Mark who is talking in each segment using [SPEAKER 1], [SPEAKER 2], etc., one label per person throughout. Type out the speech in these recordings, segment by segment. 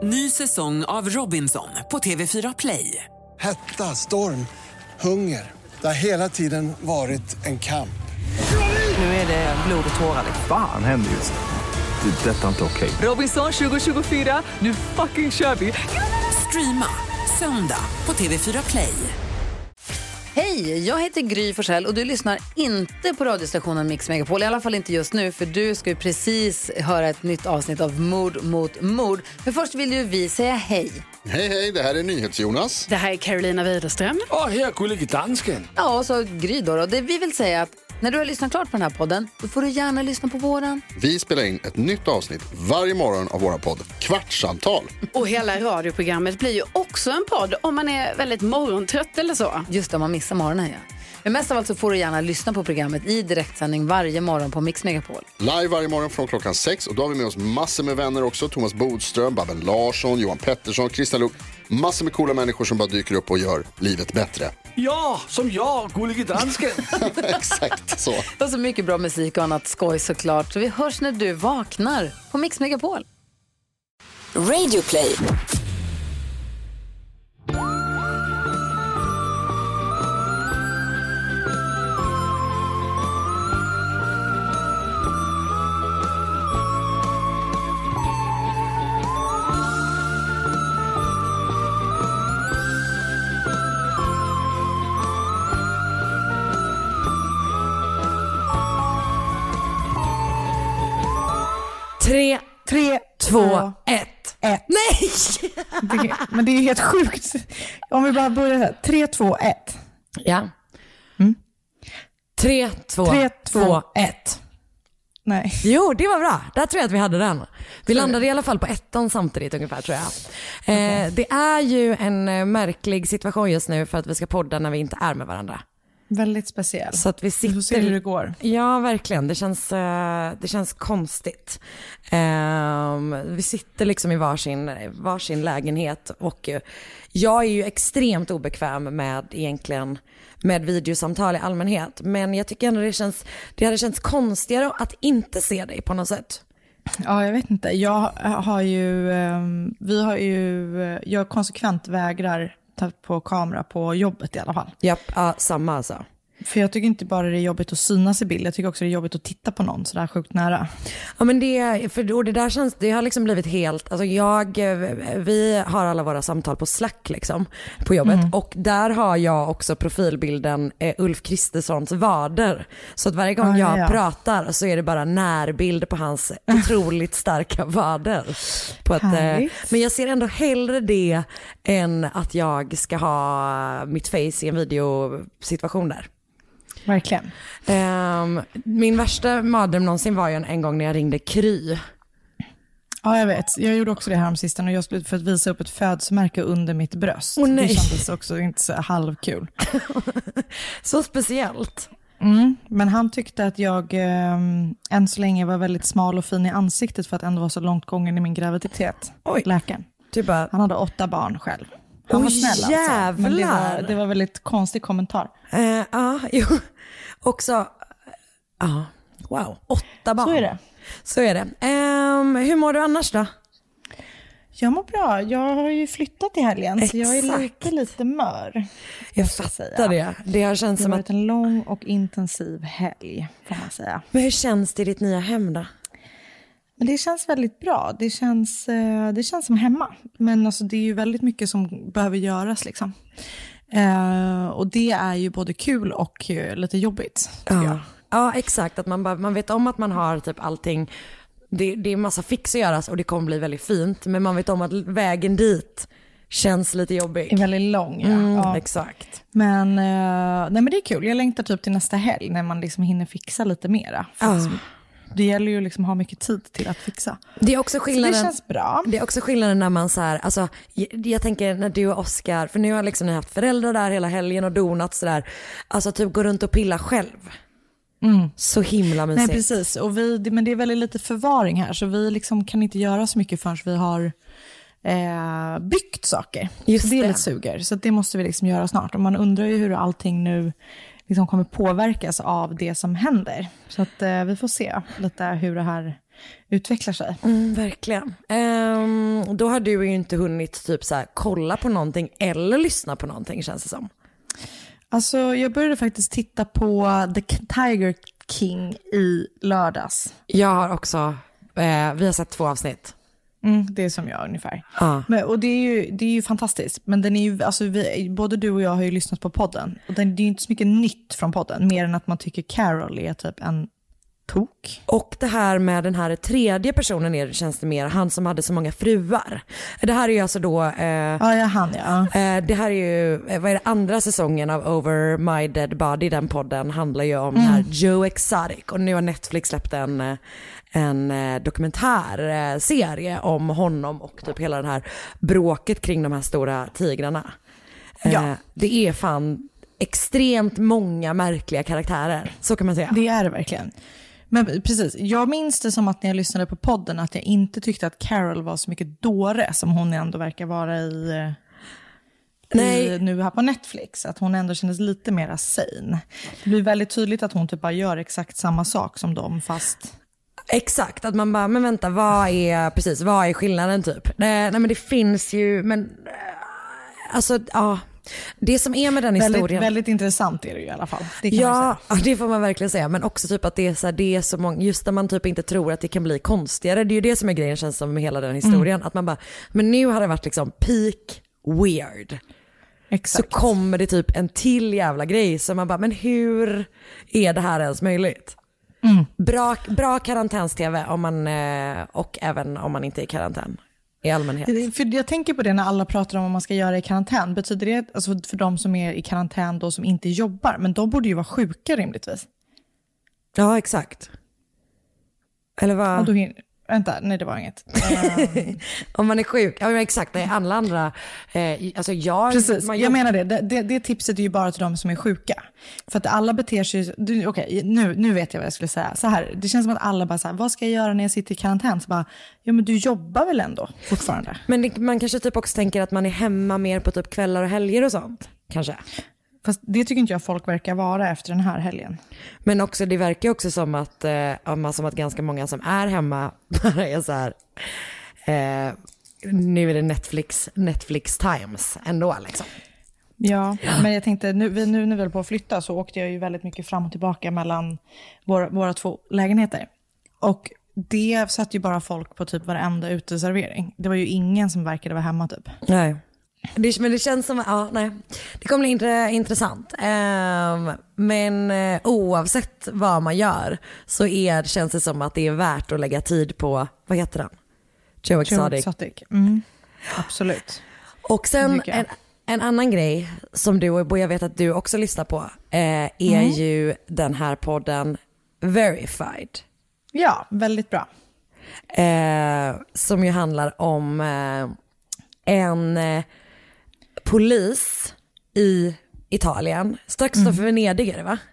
[SPEAKER 1] Ny säsong av Robinson på TV4 Play.
[SPEAKER 2] Hetta, storm, hunger. Det har hela tiden varit en kamp.
[SPEAKER 1] Nu är det blod och tårar.
[SPEAKER 3] Fan händer just nu. Det. Detta är inte okej.
[SPEAKER 1] Robinson 2024, nu fucking kör vi. Streama söndag på TV4 Play.
[SPEAKER 4] Hej, jag heter Gry Forssell och du lyssnar inte på radiostationen Mix Megapol. I alla fall inte just nu, för du ska ju precis höra ett nytt avsnitt av Mord mot mord. Men först vill ju vi säga hej.
[SPEAKER 5] Hej, det här är NyhetsJonas.
[SPEAKER 6] Det här är Carolina Widerström.
[SPEAKER 7] Och här är Gullige Dansken.
[SPEAKER 4] Ja, och så Gry då. Det vi vill säga att när du har lyssnat klart på den här podden, då får du gärna lyssna på våran.
[SPEAKER 5] Vi spelar in ett nytt avsnitt varje morgon av våra podd Kvartsamtal.
[SPEAKER 6] Och hela radioprogrammet blir ju också en podd om man är väldigt morgontrött eller så.
[SPEAKER 4] Just det, man missar morgonen, ja. Men mest av allt så får du gärna lyssna på programmet i direktsändning varje morgon på Mix Megapol.
[SPEAKER 5] Live varje morgon från klockan 6. Och då har vi med oss massor med vänner också. Thomas Bodström, Babben Larsson, Johan Pettersson, Christian Luuk. Massor med coola människor som bara dyker upp och gör livet bättre.
[SPEAKER 7] Ja, som jag, Gullige Dansken.
[SPEAKER 5] Exakt så.
[SPEAKER 4] Och så mycket bra musik och annat skoj såklart. Så vi hörs när du vaknar på Mix Megapol.
[SPEAKER 1] Radio Play.
[SPEAKER 8] Tre, två, ett. Nej! Men det är helt sjukt. Om vi bara börjar här. 3, 2, 1.
[SPEAKER 9] Ja. 3, 2, 1.
[SPEAKER 8] Nej.
[SPEAKER 9] Jo, det var bra. Där tror jag att vi hade den. Vi landade i alla fall på 1 samtidigt ungefär, tror jag. Det är ju en märklig situation just nu för att vi ska podda när vi inte är med varandra.
[SPEAKER 8] Väldigt speciell.
[SPEAKER 9] Så att vi sitter...
[SPEAKER 8] Vi får se hur det går.
[SPEAKER 9] Ja, verkligen. Det känns konstigt. Vi sitter liksom i varsin lägenhet och jag är ju extremt obekväm med videosamtal i allmänhet. Men jag tycker ändå det hade känts konstigare att inte se dig på något sätt.
[SPEAKER 8] Ja, jag vet inte. Jag konsekvent vägrar ta på kamera på jobbet i alla fall.
[SPEAKER 9] Japp, samma alltså.
[SPEAKER 8] För jag tycker inte bara det är jobbigt att synas i bild. Jag tycker också det är jobbigt att titta på någon så där sjukt nära.
[SPEAKER 9] Ja, men det har liksom blivit helt, alltså vi har alla våra samtal på Slack liksom på jobbet och där har jag också profilbilden Ulf Kristerssons vader. Så att varje gång jag pratar så är det bara närbild på hans otroligt starka vader. Men jag ser ändå hellre det än att jag ska ha mitt face i en videosituation där.
[SPEAKER 8] Verkligen.
[SPEAKER 9] Min värsta mardröm någonsin var ju en gång när jag ringde Kry.
[SPEAKER 8] Ja, jag vet. Jag gjorde också det här om sisten och jag skulle för att visa upp ett födelsemärke under mitt bröst.
[SPEAKER 9] Nej.
[SPEAKER 8] Det kändes också inte så halvkul.
[SPEAKER 9] Så speciellt.
[SPEAKER 8] Men han tyckte att jag än så länge var väldigt smal och fin i ansiktet för att ändå vara så långt gången i min graviditet.
[SPEAKER 9] Oj.
[SPEAKER 8] Läkaren. Han hade 8 barn själv. Han var snäll
[SPEAKER 9] jävlar.
[SPEAKER 8] alltså. Men det var väldigt konstig kommentar.
[SPEAKER 9] Jo. Också, wow, 8 barn. Så är det. Hur mår du annars då?
[SPEAKER 8] Jag mår bra. Jag har ju flyttat i helgen. Exakt. Så jag är lite mör.
[SPEAKER 9] Jag fattar det. Det har känts som
[SPEAKER 8] varit en lång och intensiv helg, får man säga.
[SPEAKER 9] Men hur känns det i ditt nya hem då?
[SPEAKER 8] Men det känns väldigt bra. Det känns som hemma. Men alltså, det är ju väldigt mycket som behöver göras liksom. Och det är ju både kul och lite jobbigt.
[SPEAKER 9] Ja, exakt. Att man vet om att man har typ allting. Det är massa fix att göras och det kommer bli väldigt fint. Men man vet om att vägen dit känns lite jobbig.
[SPEAKER 8] Är väldigt lång, ja.
[SPEAKER 9] Exakt.
[SPEAKER 8] Men det är kul. Jag längtar typ till nästa helg när man liksom hinner fixa lite mera. Det gäller ju liksom att ha mycket tid till att fixa.
[SPEAKER 9] Det är också skillnaden.
[SPEAKER 8] Så det känns bra.
[SPEAKER 9] Det är också skillnaden när man så här, alltså jag tänker när du och Oscar, för nu har liksom ni haft föräldrar där hela helgen och donat så där. Alltså typ gå runt och pilla själv. Så himla mysigt.
[SPEAKER 8] Nej, precis. Och men det är väldigt lite förvaring här så vi liksom kan inte göra så mycket förrän vi har byggt saker.
[SPEAKER 9] Just
[SPEAKER 8] så det är lite suger. Så det måste vi liksom göra snart. Och man undrar ju hur allting nu liksom kommer påverkas av det som händer. Så att vi får se lite hur det här utvecklar sig.
[SPEAKER 9] Verkligen. Då har du ju inte hunnit typ så här, kolla på någonting eller lyssna på någonting, känns det som.
[SPEAKER 8] Alltså jag började faktiskt titta på The Tiger King i lördags.
[SPEAKER 9] Jag har också, vi har sett 2 avsnitt.
[SPEAKER 8] Det är som jag ungefär.
[SPEAKER 9] Ja.
[SPEAKER 8] Och det är ju fantastiskt. Men den är ju, alltså både du och jag har ju lyssnat på podden. Och det är ju inte så mycket nytt från podden. Mer än att man tycker Carol är typ en tok.
[SPEAKER 9] Och det här med den här tredje personen är, känns det mer, han som hade så många fruar. Det här är ju alltså då... det här är ju, vad är det, andra säsongen av Over My Dead Body, den podden handlar ju om den här Joe Exotic. Och nu har Netflix släppt en dokumentärserie om honom och typ hela den här bråket kring de här stora tigrarna. Det är fan extremt många märkliga karaktärer, så kan man säga.
[SPEAKER 8] Det är det verkligen. Men precis, jag minns det som att när jag lyssnade på podden att jag inte tyckte att Carol var så mycket dåre som hon ändå verkar vara i nu här på Netflix. Att hon ändå kändes lite mer sane. Det blir väldigt tydligt att hon typ bara gör exakt samma sak som dem, fast...
[SPEAKER 9] Exakt, att man bara, men vänta, vad är skillnaden typ? Nej men det finns ju, men alltså, ja. Det som är med den historien...
[SPEAKER 8] Väldigt intressant är det ju i alla fall. Det kan
[SPEAKER 9] ja, det får man verkligen säga. Men också typ att det är så många... Just när man typ inte tror att det kan bli konstigare. Det är ju det som är grejen, känns som med hela den historien. Att man bara, men nu har det varit liksom peak weird.
[SPEAKER 8] Exakt.
[SPEAKER 9] Så kommer det typ en till jävla grej. Så man bara, men hur är det här ens möjligt? Bra karantäns-tv om man, och även om man inte är i karantän. I allmänhet.
[SPEAKER 8] För jag tänker på det när alla pratar om vad man ska göra i karantän. Betyder det alltså för de som är i karantän då som inte jobbar? Men de borde ju vara sjuka rimligtvis.
[SPEAKER 9] Ja, exakt. Eller vad?
[SPEAKER 8] Vänta, nej det var inget.
[SPEAKER 9] Om man är sjuk, ja exakt, nej, alla andra, alltså
[SPEAKER 8] precis, jag menar det tipset är ju bara till de som är sjuka. För att alla beter sig, okej, nu vet jag vad jag skulle säga. Så här, det känns som att alla bara så här, vad ska jag göra när jag sitter i karantän? Så bara, ja men du jobbar väl ändå fortfarande?
[SPEAKER 9] Men man kanske typ också tänker att man är hemma mer på typ kvällar och helger och sånt, kanske.
[SPEAKER 8] Fast det tycker inte jag folk verkar vara efter den här helgen. Men
[SPEAKER 9] också, det verkar också som att, som att ganska många som är hemma bara är så här, nu är det Netflix Times ändå liksom.
[SPEAKER 8] Ja, men jag tänkte, nu när vi höll på att flytta så åkte jag ju väldigt mycket fram och tillbaka mellan våra 2 lägenheter. Och det satt ju bara folk på typ varenda uteservering. Det var ju ingen som verkade vara hemma typ.
[SPEAKER 9] Nej. Men det känns som, det kommer bli intressant. Men oavsett vad man gör så känns det som att det är värt att lägga tid på, vad heter den? Joe Exotic.
[SPEAKER 8] Absolut.
[SPEAKER 9] Och sen en annan grej som du och jag vet att du också lyssnar på är ju den här podden Verified.
[SPEAKER 8] Ja, väldigt bra.
[SPEAKER 9] Som ju handlar om en polis i Italien, strax utanför Venedig är det va?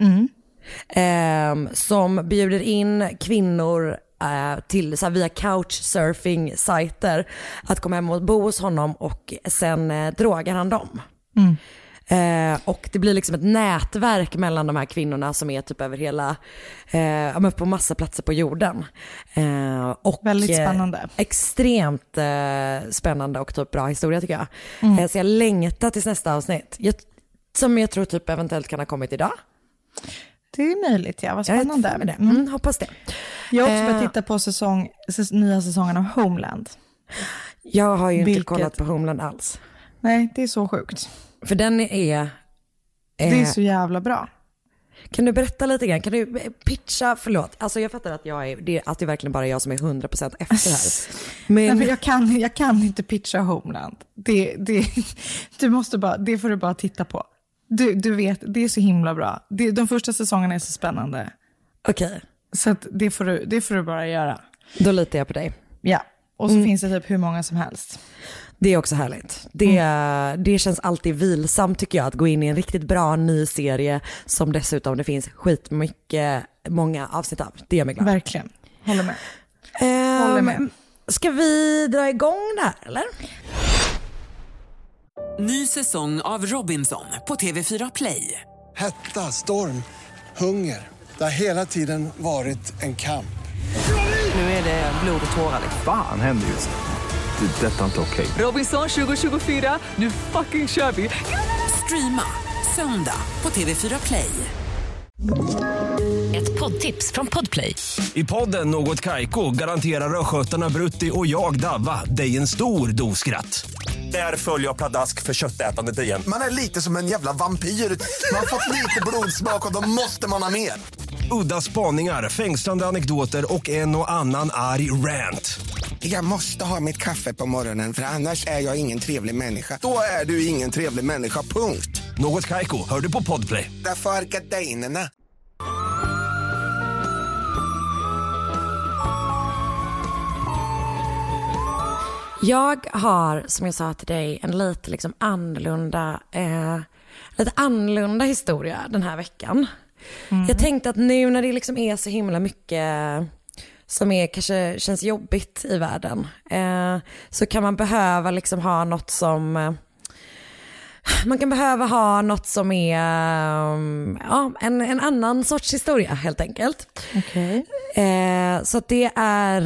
[SPEAKER 9] Som bjuder in kvinnor till så här, via couchsurfing-sajter att komma hem och bo hos honom och sen drogar han dem. Och det blir liksom ett nätverk mellan de här kvinnorna som är typ över hela, på massa platser på jorden. Och
[SPEAKER 8] väldigt spännande.
[SPEAKER 9] Extremt spännande och typ bra historia tycker jag. Så jag längtar tills nästa avsnitt. Som jag tror typ eventuellt kan ha kommit idag.
[SPEAKER 8] Det är möjligt, ja. Vad spännande.
[SPEAKER 9] Hoppas det.
[SPEAKER 8] Jag har också börjat titta på nya säsongen av Homeland.
[SPEAKER 9] Jag har ju inte kollat på Homeland alls.
[SPEAKER 8] Nej, det är så sjukt.
[SPEAKER 9] För den är...
[SPEAKER 8] det är så jävla bra.
[SPEAKER 9] Kan du berätta lite grann? Kan du pitcha, förlåt. Alltså jag fattar att det är verkligen bara jag som är 100% efter här. Men...
[SPEAKER 8] Nej, men jag kan inte pitcha Homeland. Du måste bara, det får du bara titta på. Du vet, det är så himla bra. De första säsongerna är så spännande.
[SPEAKER 9] Okej.
[SPEAKER 8] Så att det får du bara göra.
[SPEAKER 9] Då litar jag på dig.
[SPEAKER 8] Ja, och så finns det typ hur många som helst.
[SPEAKER 9] Det är också härligt. Det känns alltid vilsamt tycker jag att gå in i en riktigt bra ny serie som dessutom det finns många avsnitt av. Det gör mig glad.
[SPEAKER 8] Verkligen. Håller med.
[SPEAKER 9] Ska vi dra igång det här eller?
[SPEAKER 1] Ny säsong av Robinson på TV4 Play.
[SPEAKER 2] Hetta, storm, hunger. Det har hela tiden varit en kamp.
[SPEAKER 1] Nu är det blod och tårar.
[SPEAKER 3] Fan händer just det. Det är detta inte okej.
[SPEAKER 1] Robinson 2024, nu fucking kör vi. Streama söndag på TV4 Play.
[SPEAKER 10] Ett poddtips från Podplay.
[SPEAKER 11] I podden Något Kaiko garanterar röskötarna Brutti och jag Davva dig en stor doskratt. Där följer jag pladask för köttätandet igen.
[SPEAKER 12] Man är lite som en jävla vampyr. Man har fått lite blodsmak och då måste man ha mer.
[SPEAKER 11] Udda spaningar, fängslande anekdoter och en och annan arg rant.
[SPEAKER 12] Jag måste ha mitt kaffe på morgonen för annars är jag ingen trevlig människa. Då är du ingen trevlig människa, punkt.
[SPEAKER 11] Något Kaiko, hör du på Podplay.
[SPEAKER 12] Därför är gardinerna.
[SPEAKER 9] Jag har, som jag sa till dig, en lite liksom annorlunda historia den här veckan. Jag tänkte att nu när det liksom är så himla mycket som kanske känns jobbigt i världen, så kan man behöva liksom ha något som är en annan sorts historia helt enkelt.
[SPEAKER 8] Okay.
[SPEAKER 9] Så att det är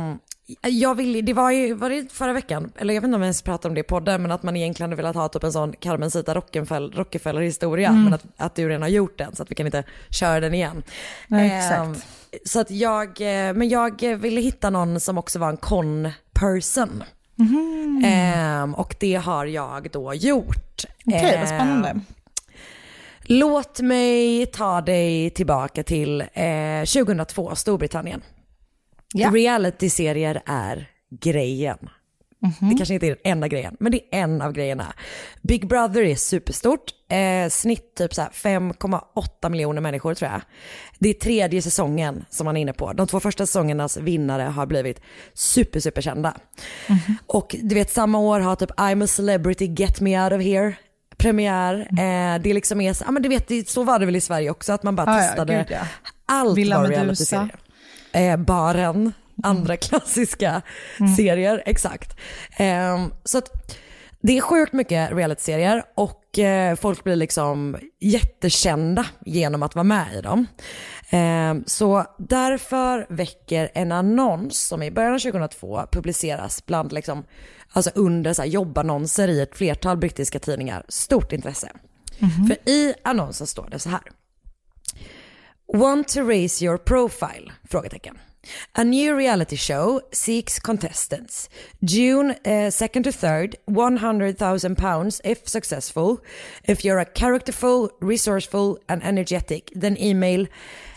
[SPEAKER 9] var det förra veckan, eller jag vet inte om jag ens pratade om det i podden, men att man egentligen hade velat ha typ en sån Carmencita Rockefeller-historia, men att du redan har gjort den så att vi kan inte köra den igen.
[SPEAKER 8] Exakt.
[SPEAKER 9] Så att jag ville hitta någon som också var en con-person. Och det har jag då gjort.
[SPEAKER 8] Okej, vad spännande.
[SPEAKER 9] Låt mig ta dig tillbaka till 2002, Storbritannien. Ja. Reality-serier är grejen. Det kanske inte är den enda grejen, men det är en av grejerna. Big Brother är superstort. Snitt typ så här 5,8 miljoner människor tror jag. Det är 3:e säsongen som man är inne på. De 2 första säsongernas vinnare har blivit superkända. Och du vet, samma år har typ I'm a celebrity, get me out of here premiär. Det liksom är så, men du vet, så var det väl i Sverige också, att man bara testade allt
[SPEAKER 8] Villa
[SPEAKER 9] var
[SPEAKER 8] Medusa.
[SPEAKER 9] Reality-serier. Baren, andra klassiska serier, exakt. Så att det är sjukt mycket reality-serier och folk blir liksom jättekända genom att vara med i dem. Så därför väcker en annons som i början av 2002 publiceras bland liksom, alltså under så här jobbannonser i ett flertal brittiska tidningar stort intresse. För i annonsen står det så här: Want to raise your profile? Frågetecken. A new reality show seeks contestants. June 2nd to 3rd, £100,000 if successful. If you're a characterful, resourceful and energetic, then email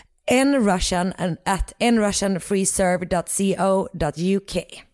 [SPEAKER 9] nrussian@nrussianfreeserve.co.uk.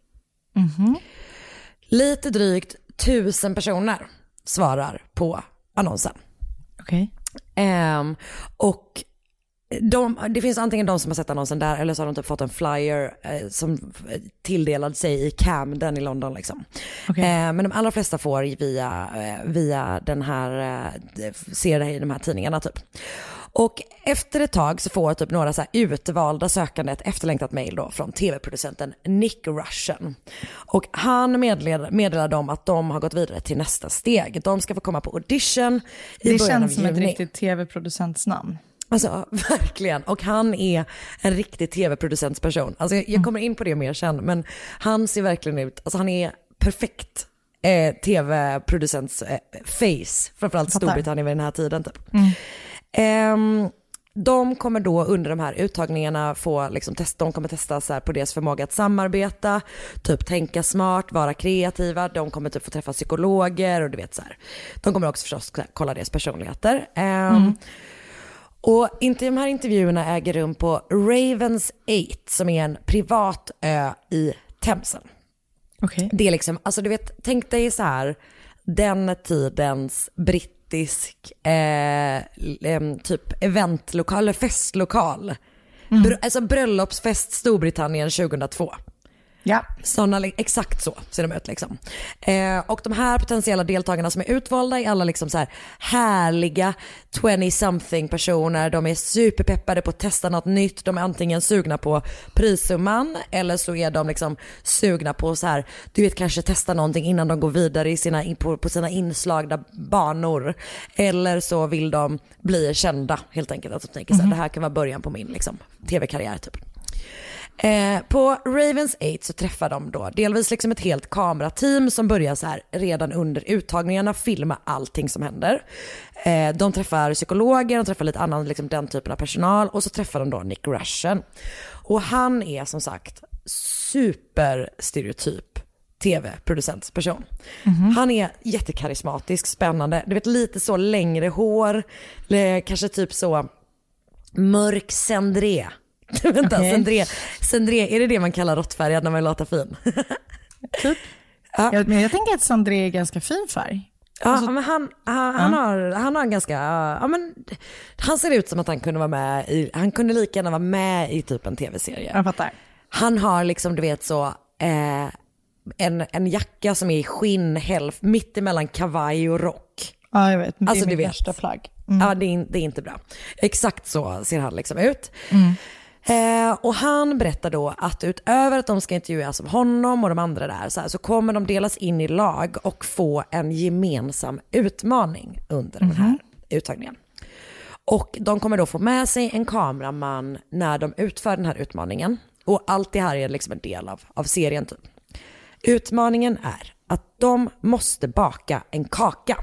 [SPEAKER 9] Lite drygt 1000 personer svarar på annonsen.
[SPEAKER 8] Okej.
[SPEAKER 9] Och det finns antingen de som har sett annonsen där, eller så har de typ fått en flyer som tilldelad sig i Camden i London liksom. Men de allra flesta får via den här ser det i de här tidningarna typ. Och efter ett tag så får typ några så här utvalda sökande ett efterlängtat mejl då från tv-producenten Nick Russian. Och han meddelar dem att de har gått vidare till nästa steg. De ska få komma på audition i början av juni. Det känns som
[SPEAKER 8] ett riktigt tv-producentsnamn.
[SPEAKER 9] Alltså verkligen, och han är en riktig tv-producentsperson. Alltså jag kommer in på det mer sen, men han ser verkligen ut, alltså han är perfekt tv-producents face, framförallt Storbritannien vid den här tiden typ. De kommer då under de här uttagningarna få liksom de kommer testa så här på deras förmåga att samarbeta, typ tänka smart, vara kreativa. De kommer typ få träffa psykologer och du vet så här. De kommer också förstås kolla deras personligheter. Och de här intervjuerna äger rum på Ravens 8 som är en privat ö i Themsen. Det är liksom, alltså du vet, tänk dig så här, den tidens brittisk typ eventlokal eller festlokal. Alltså bröllopsfest Storbritannien 2002.
[SPEAKER 8] Ja.
[SPEAKER 9] Såna, exakt så ser de ut liksom. Och de här potentiella deltagarna som är utvalda är alla liksom så här härliga 20-something personer. De är superpeppade på att testa något nytt. De är antingen sugna på prissumman eller så är de liksom sugna på så här, du vet, kanske testa någonting innan de går vidare i på sina inslagna banor. Eller så vill de bli kända helt enkelt. Alltså, tänker så här, det här kan vara början på min liksom tv-karriär typ. På Ravens 8 så träffar de då delvis liksom ett helt kamerateam som börjar så här redan under uttagningarna filma allting som händer. De träffar psykologer, de träffar lite annan liksom den typen av personal och så träffar de då Nick Russian. Och han är som sagt superstereotyp tv-producentsperson. Han är jättekarismatisk, spännande. Du vet, lite så längre hår, kanske typ så mörk cendré. Vänta, cendré, är det man kallar råttfärgad när man vill låta fin?
[SPEAKER 8] Typ. Ja. Men jag tänker att cendré är ganska fin färg.
[SPEAKER 9] Ja, alltså, men han har en ganska, han ser ut som att han kunde vara med i, han kunde lika gärna vara med i typ en tv-serie.
[SPEAKER 8] Jag fattar.
[SPEAKER 9] Han har liksom, du vet så, en jacka som är i skinn, mitt emellan kavaj och rock.
[SPEAKER 8] Ja, jag vet. Det
[SPEAKER 9] alltså,
[SPEAKER 8] är mitt värsta plagg.
[SPEAKER 9] Ja, det är inte bra. Exakt så ser han liksom ut. Och han berättar då att utöver att de ska intervjuas av honom och de andra där så kommer de delas in i lag och få en gemensam utmaning under den här uttagningen. Och de kommer då få med sig en kameraman när de utför den här utmaningen. Och allt det här är liksom en del av serien typ. Utmaningen är att de måste baka en kaka.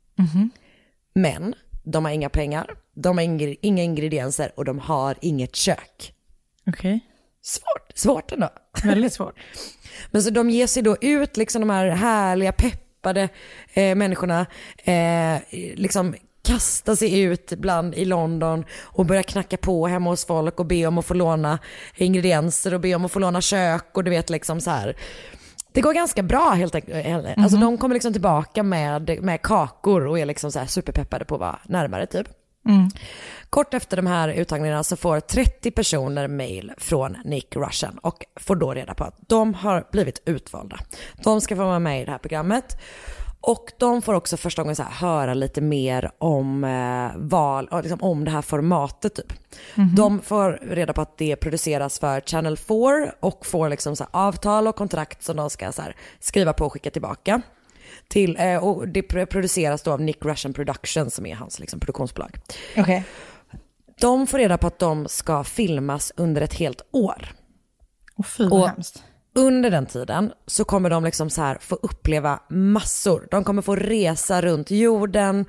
[SPEAKER 9] Men de har inga pengar, de har inga ingredienser och de har inget kök.
[SPEAKER 8] Okej.
[SPEAKER 9] Svårt ändå.
[SPEAKER 8] Väldigt svårt.
[SPEAKER 9] Men så de ger sig då ut, liksom de här härliga peppade människorna, liksom kasta sig ut ibland i London och börja knacka på hemma hos folk och be om att få låna ingredienser och be om att få låna kök och du vet liksom så här. Det går ganska bra helt enkelt. Alltså de kommer liksom tillbaka med kakor och är liksom så här superpeppade på att vara närmare typ. Kort efter de här uttagningarna så får 30 personer mejl från Nick Russian och får då reda på att de har blivit utvalda. De ska få vara med i det här programmet. Och de får också första gången så här höra lite mer om liksom om det här formatet typ. De får reda på att det produceras för Channel 4 och får liksom så här avtal och kontrakt som de ska så här skriva på och skicka tillbaka. Och det produceras då av Nick Russian Productions som är hans liksom produktionsbolag.
[SPEAKER 8] Okay.
[SPEAKER 9] De får reda på att de ska filmas under ett helt år.
[SPEAKER 8] Och hemskt.
[SPEAKER 9] Under den tiden så kommer de liksom så här få uppleva massor. De kommer få resa runt jorden.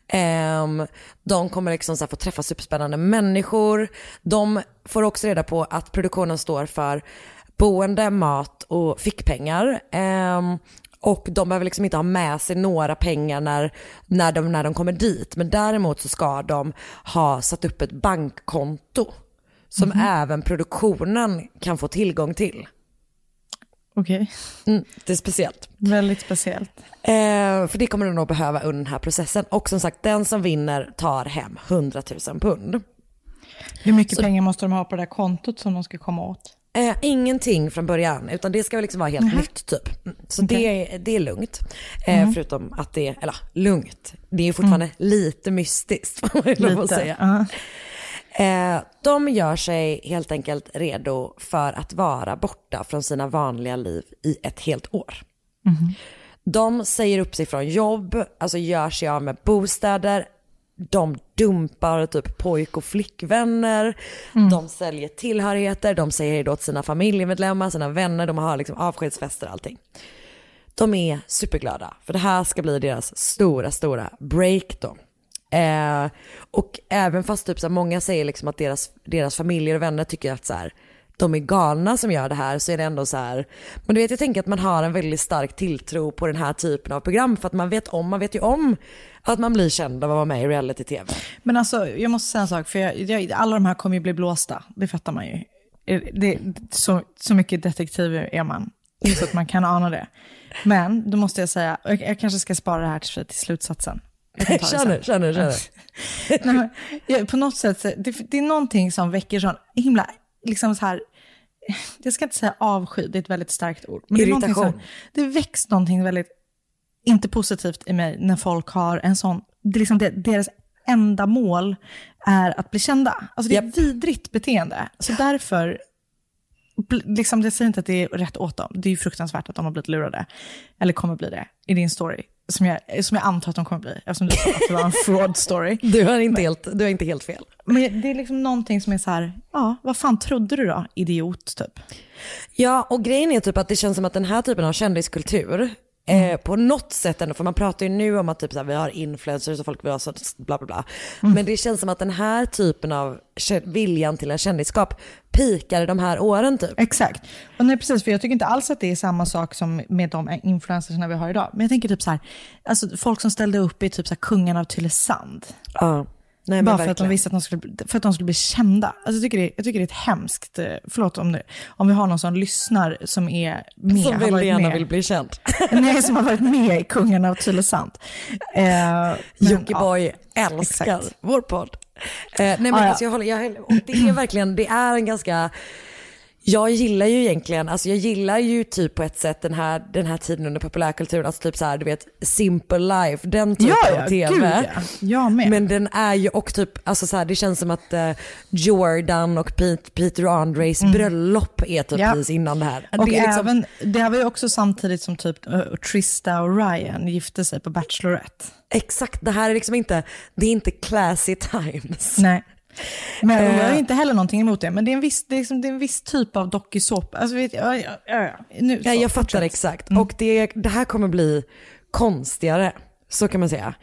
[SPEAKER 9] De kommer liksom så här få träffa superspännande människor. De får också reda på att produktionen står för boende, mat och fickpengar. Och de behöver liksom inte ha med sig några pengar när de kommer dit. Men däremot så ska de ha satt upp ett bankkonto som även produktionen kan få tillgång till.
[SPEAKER 8] Okej.
[SPEAKER 9] Det är speciellt.
[SPEAKER 8] Väldigt speciellt.
[SPEAKER 9] För det kommer de nog behöva under den här processen. Och som sagt, den som vinner tar hem 100 000 pund.
[SPEAKER 8] Hur mycket pengar måste de ha på det där kontot som de ska komma åt?
[SPEAKER 9] Ingenting från början, utan det ska väl liksom vara helt nytt typ. Så det är lugnt. Förutom att det är, eller lugnt, det är fortfarande lite mystiskt. Lite, säga. De gör sig helt enkelt redo för att vara borta från sina vanliga liv i ett helt år. De säger upp sig från jobb, alltså gör sig av med bostäder. De dumpar typ pojk- och flickvänner. De säljer tillhörigheter. De säger då till sina familjemedlemmar, sina vänner. De har liksom avskedsfester och allting. De är superglada. För det här ska bli deras stora break då. Och även fast typ så här, många säger liksom att deras familjer och vänner tycker att så här, de är galna som gör det här, så är det ändå så här. Men du vet, jag tänker att man har en väldigt stark tilltro på den här typen av program, för att man vet ju om att man blir känd av att vara med i reality-tv.
[SPEAKER 8] Men alltså, jag måste säga en sak, för alla de här kommer ju bli blåsta, det fattar man ju. Så mycket detektiv är man, så att man kan ana det. Men då måste jag säga, jag kanske ska spara det här till slutsatsen.
[SPEAKER 9] Känner.
[SPEAKER 8] Nej, på något sätt, det är någonting som väcker sån himla, liksom så här, jag ska inte säga avsky, det är ett väldigt starkt ord. Men
[SPEAKER 9] irritation.
[SPEAKER 8] Det väcks någonting väldigt, inte positivt i mig när folk har en sån, det är liksom deras enda mål är att bli kända. Alltså det är ett vidrigt beteende. Så därför, liksom, det säger inte att det är rätt åt dem. Det är ju fruktansvärt att de har blivit lurade. Eller kommer bli det i din story. som jag antar att de kommer bli, eftersom du sa att det var en fraud story.
[SPEAKER 9] Du har inte helt fel.
[SPEAKER 8] Men det är liksom någonting som är så här, ja, vad fan trodde du då? Idiot, typ.
[SPEAKER 9] Ja, och grejen är typ att det känns som att den här typen av kändiskultur på något sätt ändå, för man pratar ju nu om att typ så här, vi har influencers och folk vill ha så bla bla bla. Men det känns som att den här typen av viljan till en kändisskap pikar de här åren typ.
[SPEAKER 8] Exakt. Och nej, precis, för jag tycker inte alls att det är samma sak som med de influencersna vi har idag. Men jag tänker typ så här, alltså folk som ställde upp i typ så här Kungen av Tylösand.
[SPEAKER 9] Ja. Nej,
[SPEAKER 8] bara för att de visste att de skulle bli kända. Alltså jag tycker det är ett hemskt, förlåt om vi har någon som lyssnar som är med.
[SPEAKER 9] Som väldigt gärna vill bli känd.
[SPEAKER 8] Nej, som har varit med i Kungen av Tylösand.
[SPEAKER 9] Jockiboi älskar vår podd. Nej men alltså jag håller, och det är verkligen, det är en ganska... Jag gillar ju typ på ett sätt den här tiden under populärkulturen, alltså typ så här, du vet, Simple Life, den typen av tv.
[SPEAKER 8] Gud, ja. Jag med.
[SPEAKER 9] Men den är ju också typ, alltså så här, det känns som att Jordan och Peter och Andres bröllop är typ precis innan det här.
[SPEAKER 8] Och
[SPEAKER 9] det är liksom...
[SPEAKER 8] det var ju också samtidigt som typ Trista och Ryan gifte sig på Bachelorette.
[SPEAKER 9] Exakt, det här är liksom inte, det är inte classy times.
[SPEAKER 8] Nej. Men jag har inte heller någonting emot det, men det är en viss typ av dokusåpa. Alltså vet
[SPEAKER 9] jag fattar exakt. Och det här kommer bli konstigare, så kan man säga.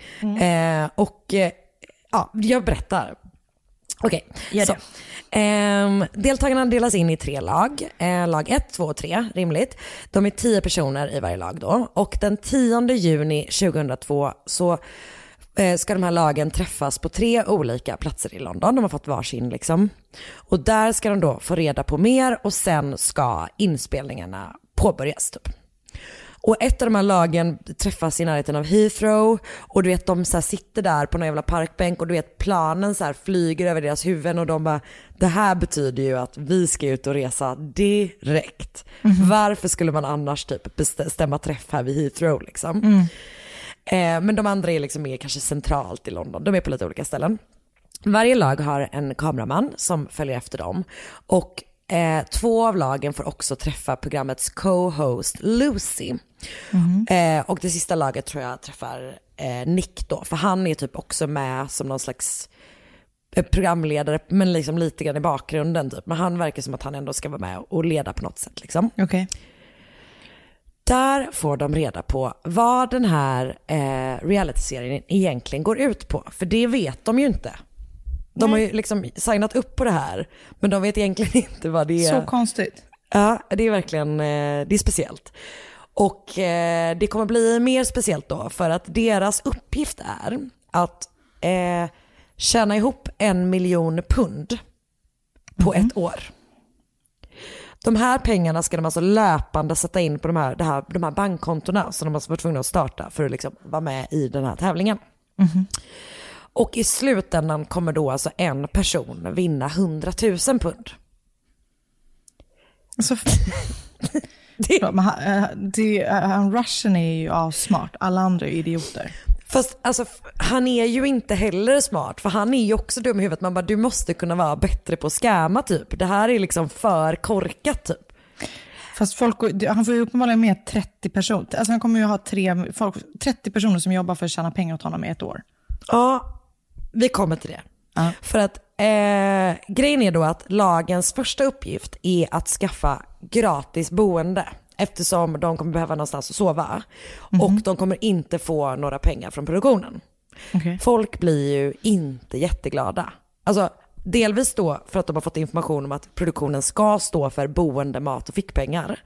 [SPEAKER 9] Jag berättar. Okej, så. Deltagarna delas in i 3 lag. Lag 1, 2 och 3, rimligt. De är 10 personer i varje lag då. Och den 10 juni 2002 så ska de här lagen träffas på 3 olika platser i London. De har fått varsin liksom. Och där ska de då få reda på mer och sen ska inspelningarna påbörjas typ. Och ett av de här lagen träffas i närheten av Heathrow och du vet de så här sitter där på någon jävla parkbänk och du vet planen så här flyger över deras huvuden och de bara, det här betyder ju att vi ska ut och resa direkt. Varför skulle man annars typ bestämma träff här vid Heathrow liksom? Men de andra är liksom mer kanske centralt i London. De är på lite olika ställen. Varje lag har en kameraman som följer efter dem. Och 2 av lagen får också träffa programmets co-host Lucy. Och det sista laget tror jag träffar Nick då. För han är typ också med som någon slags programledare, men liksom lite grann i bakgrunden typ. Men han verkar som att han ändå ska vara med och leda på något sätt liksom.
[SPEAKER 8] Okej.
[SPEAKER 9] Där får de reda på vad den här realityserien egentligen går ut på. För det vet de ju inte. De har ju liksom signat upp på det här, men de vet egentligen inte vad det är.
[SPEAKER 8] Så konstigt.
[SPEAKER 9] Ja, det är verkligen det är speciellt. Och det kommer bli mer speciellt då för att deras uppgift är att tjäna ihop 1 miljon pund på ett år. De här pengarna ska de alltså löpande sätta in på de här bankkontona som de alltså var tvungna att starta för att liksom vara med i den här tävlingen. Och i slutändan kommer då alltså en person vinna 100 000 pund.
[SPEAKER 8] Alltså, han Russian är ju smart, alla andra är idioter.
[SPEAKER 9] Fast alltså, han är ju inte heller smart, för han är ju också dum i huvudet. Man bara, du måste kunna vara bättre på att skämma typ. Det här är liksom för korkat typ.
[SPEAKER 8] Fast han får ju uppenbarligen med 30 personer. Alltså han kommer ju ha 30 personer som jobbar för att tjäna pengar åt honom i ett år.
[SPEAKER 9] Ja, vi kommer till det. För att grejen är då att lagens första uppgift är att skaffa gratis boende. Eftersom de kommer behöva någonstans att sova. Och de kommer inte få några pengar från produktionen. Folk blir ju inte jätteglada. Alltså delvis då för att de har fått information om att produktionen ska stå för boende, mat och fickpengar.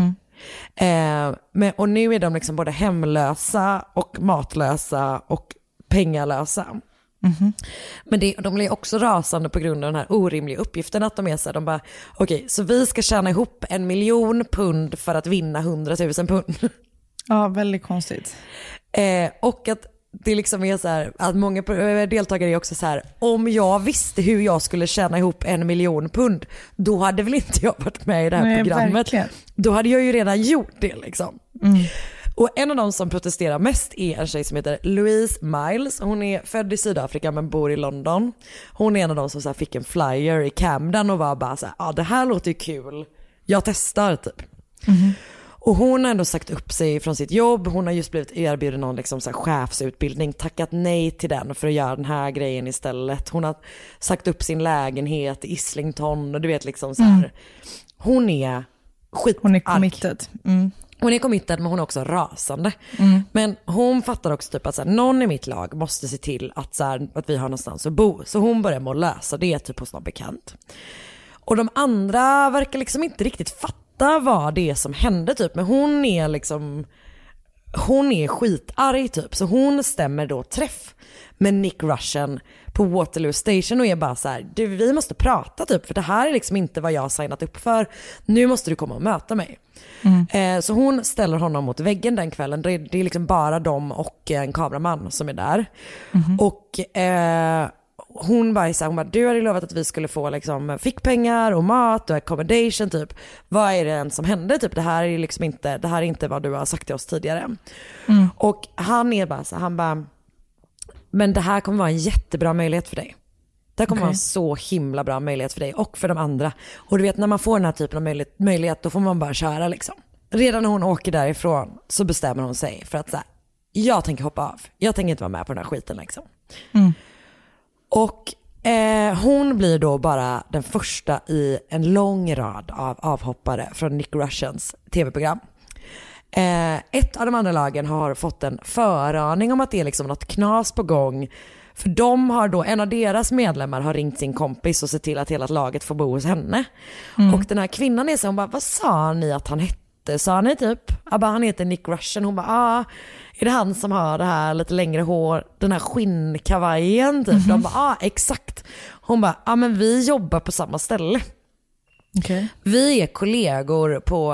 [SPEAKER 9] Och nu är de liksom både hemlösa och matlösa och pengalösa. Men de blir också rasande på grund av den här orimliga uppgiften att de är så här, de bara, okej, så vi ska tjäna ihop 1 miljon pund för att vinna 100 000 pund.
[SPEAKER 8] Ja, väldigt konstigt.
[SPEAKER 9] Och att det liksom är så här, att många deltagare är också så här, om jag visste hur jag skulle tjäna ihop 1 miljon pund, då hade väl inte jag varit med i det här programmet. Verkligen. Då hade jag ju redan gjort det liksom. Och en av de som protesterar mest är en tjej som heter Louise Miles. Hon är född i Sydafrika men bor i London. Hon är en av de som så här fick en flyer i Camden och var bara så här, det här låter ju kul. Jag testar typ. Och hon har ändå sagt upp sig från sitt jobb. Hon har just blivit erbjuden någon liksom så här chefsutbildning, tackat nej till den för att göra den här grejen istället. Hon har sagt upp sin lägenhet i Islington och du vet liksom så här. Hon är skitarg.
[SPEAKER 8] Hon är committed.
[SPEAKER 9] Hon är committed, men hon är också rasande. Men hon fattar också typ att så här, någon i mitt lag måste se till att, så här, att vi har någonstans att bo. Så hon börjar med att lösa det typ hos någon bekant. Och de andra verkar liksom inte riktigt fatta vad det är som hände typ. Men hon är liksom, hon är skitarg typ. Så hon stämmer då träff med Nick Russian på Waterloo Station och är bara så här, du, vi måste prata typ, för det här är liksom inte vad jag har signat upp för. Nu måste du komma och möta mig. Så hon ställer honom mot väggen den kvällen. Det är liksom bara de och en kameraman som är där. Och hon bara så här, hon bara, du hade lovat att vi skulle få liksom fickpengar och mat och accommodation typ. Vad är det som hände typ? Det här är liksom inte, det här är inte vad du har sagt till oss tidigare. Och han är bara så, han bara, men det här kommer vara en jättebra möjlighet för dig. Det här kommer vara en så himla bra möjlighet för dig och för de andra. Och du vet, när man får den här typen av möjlighet, då får man bara köra liksom. Redan när hon åker därifrån så bestämmer hon sig för att så här, jag tänker hoppa av. Jag tänker inte vara med på den här skiten liksom. Och hon blir då bara den första i en lång rad av avhoppare från Nick Russians tv-program. Ett av de andra lagen har fått en föraning om att det är liksom något knas på gång. För de har då, en av deras medlemmar har ringt sin kompis och sett till att hela laget får bo hos henne. Och den här kvinnan är så, hon bara, vad sa ni att han hette? Sa ni typ? Han heter Nick Russian. Hon bara, är det han som har det här lite längre hår, den här skinnkavajen typ? De bara, exakt. Hon bara, men vi jobbar på samma ställe.
[SPEAKER 8] Okay.
[SPEAKER 9] Vi är kollegor på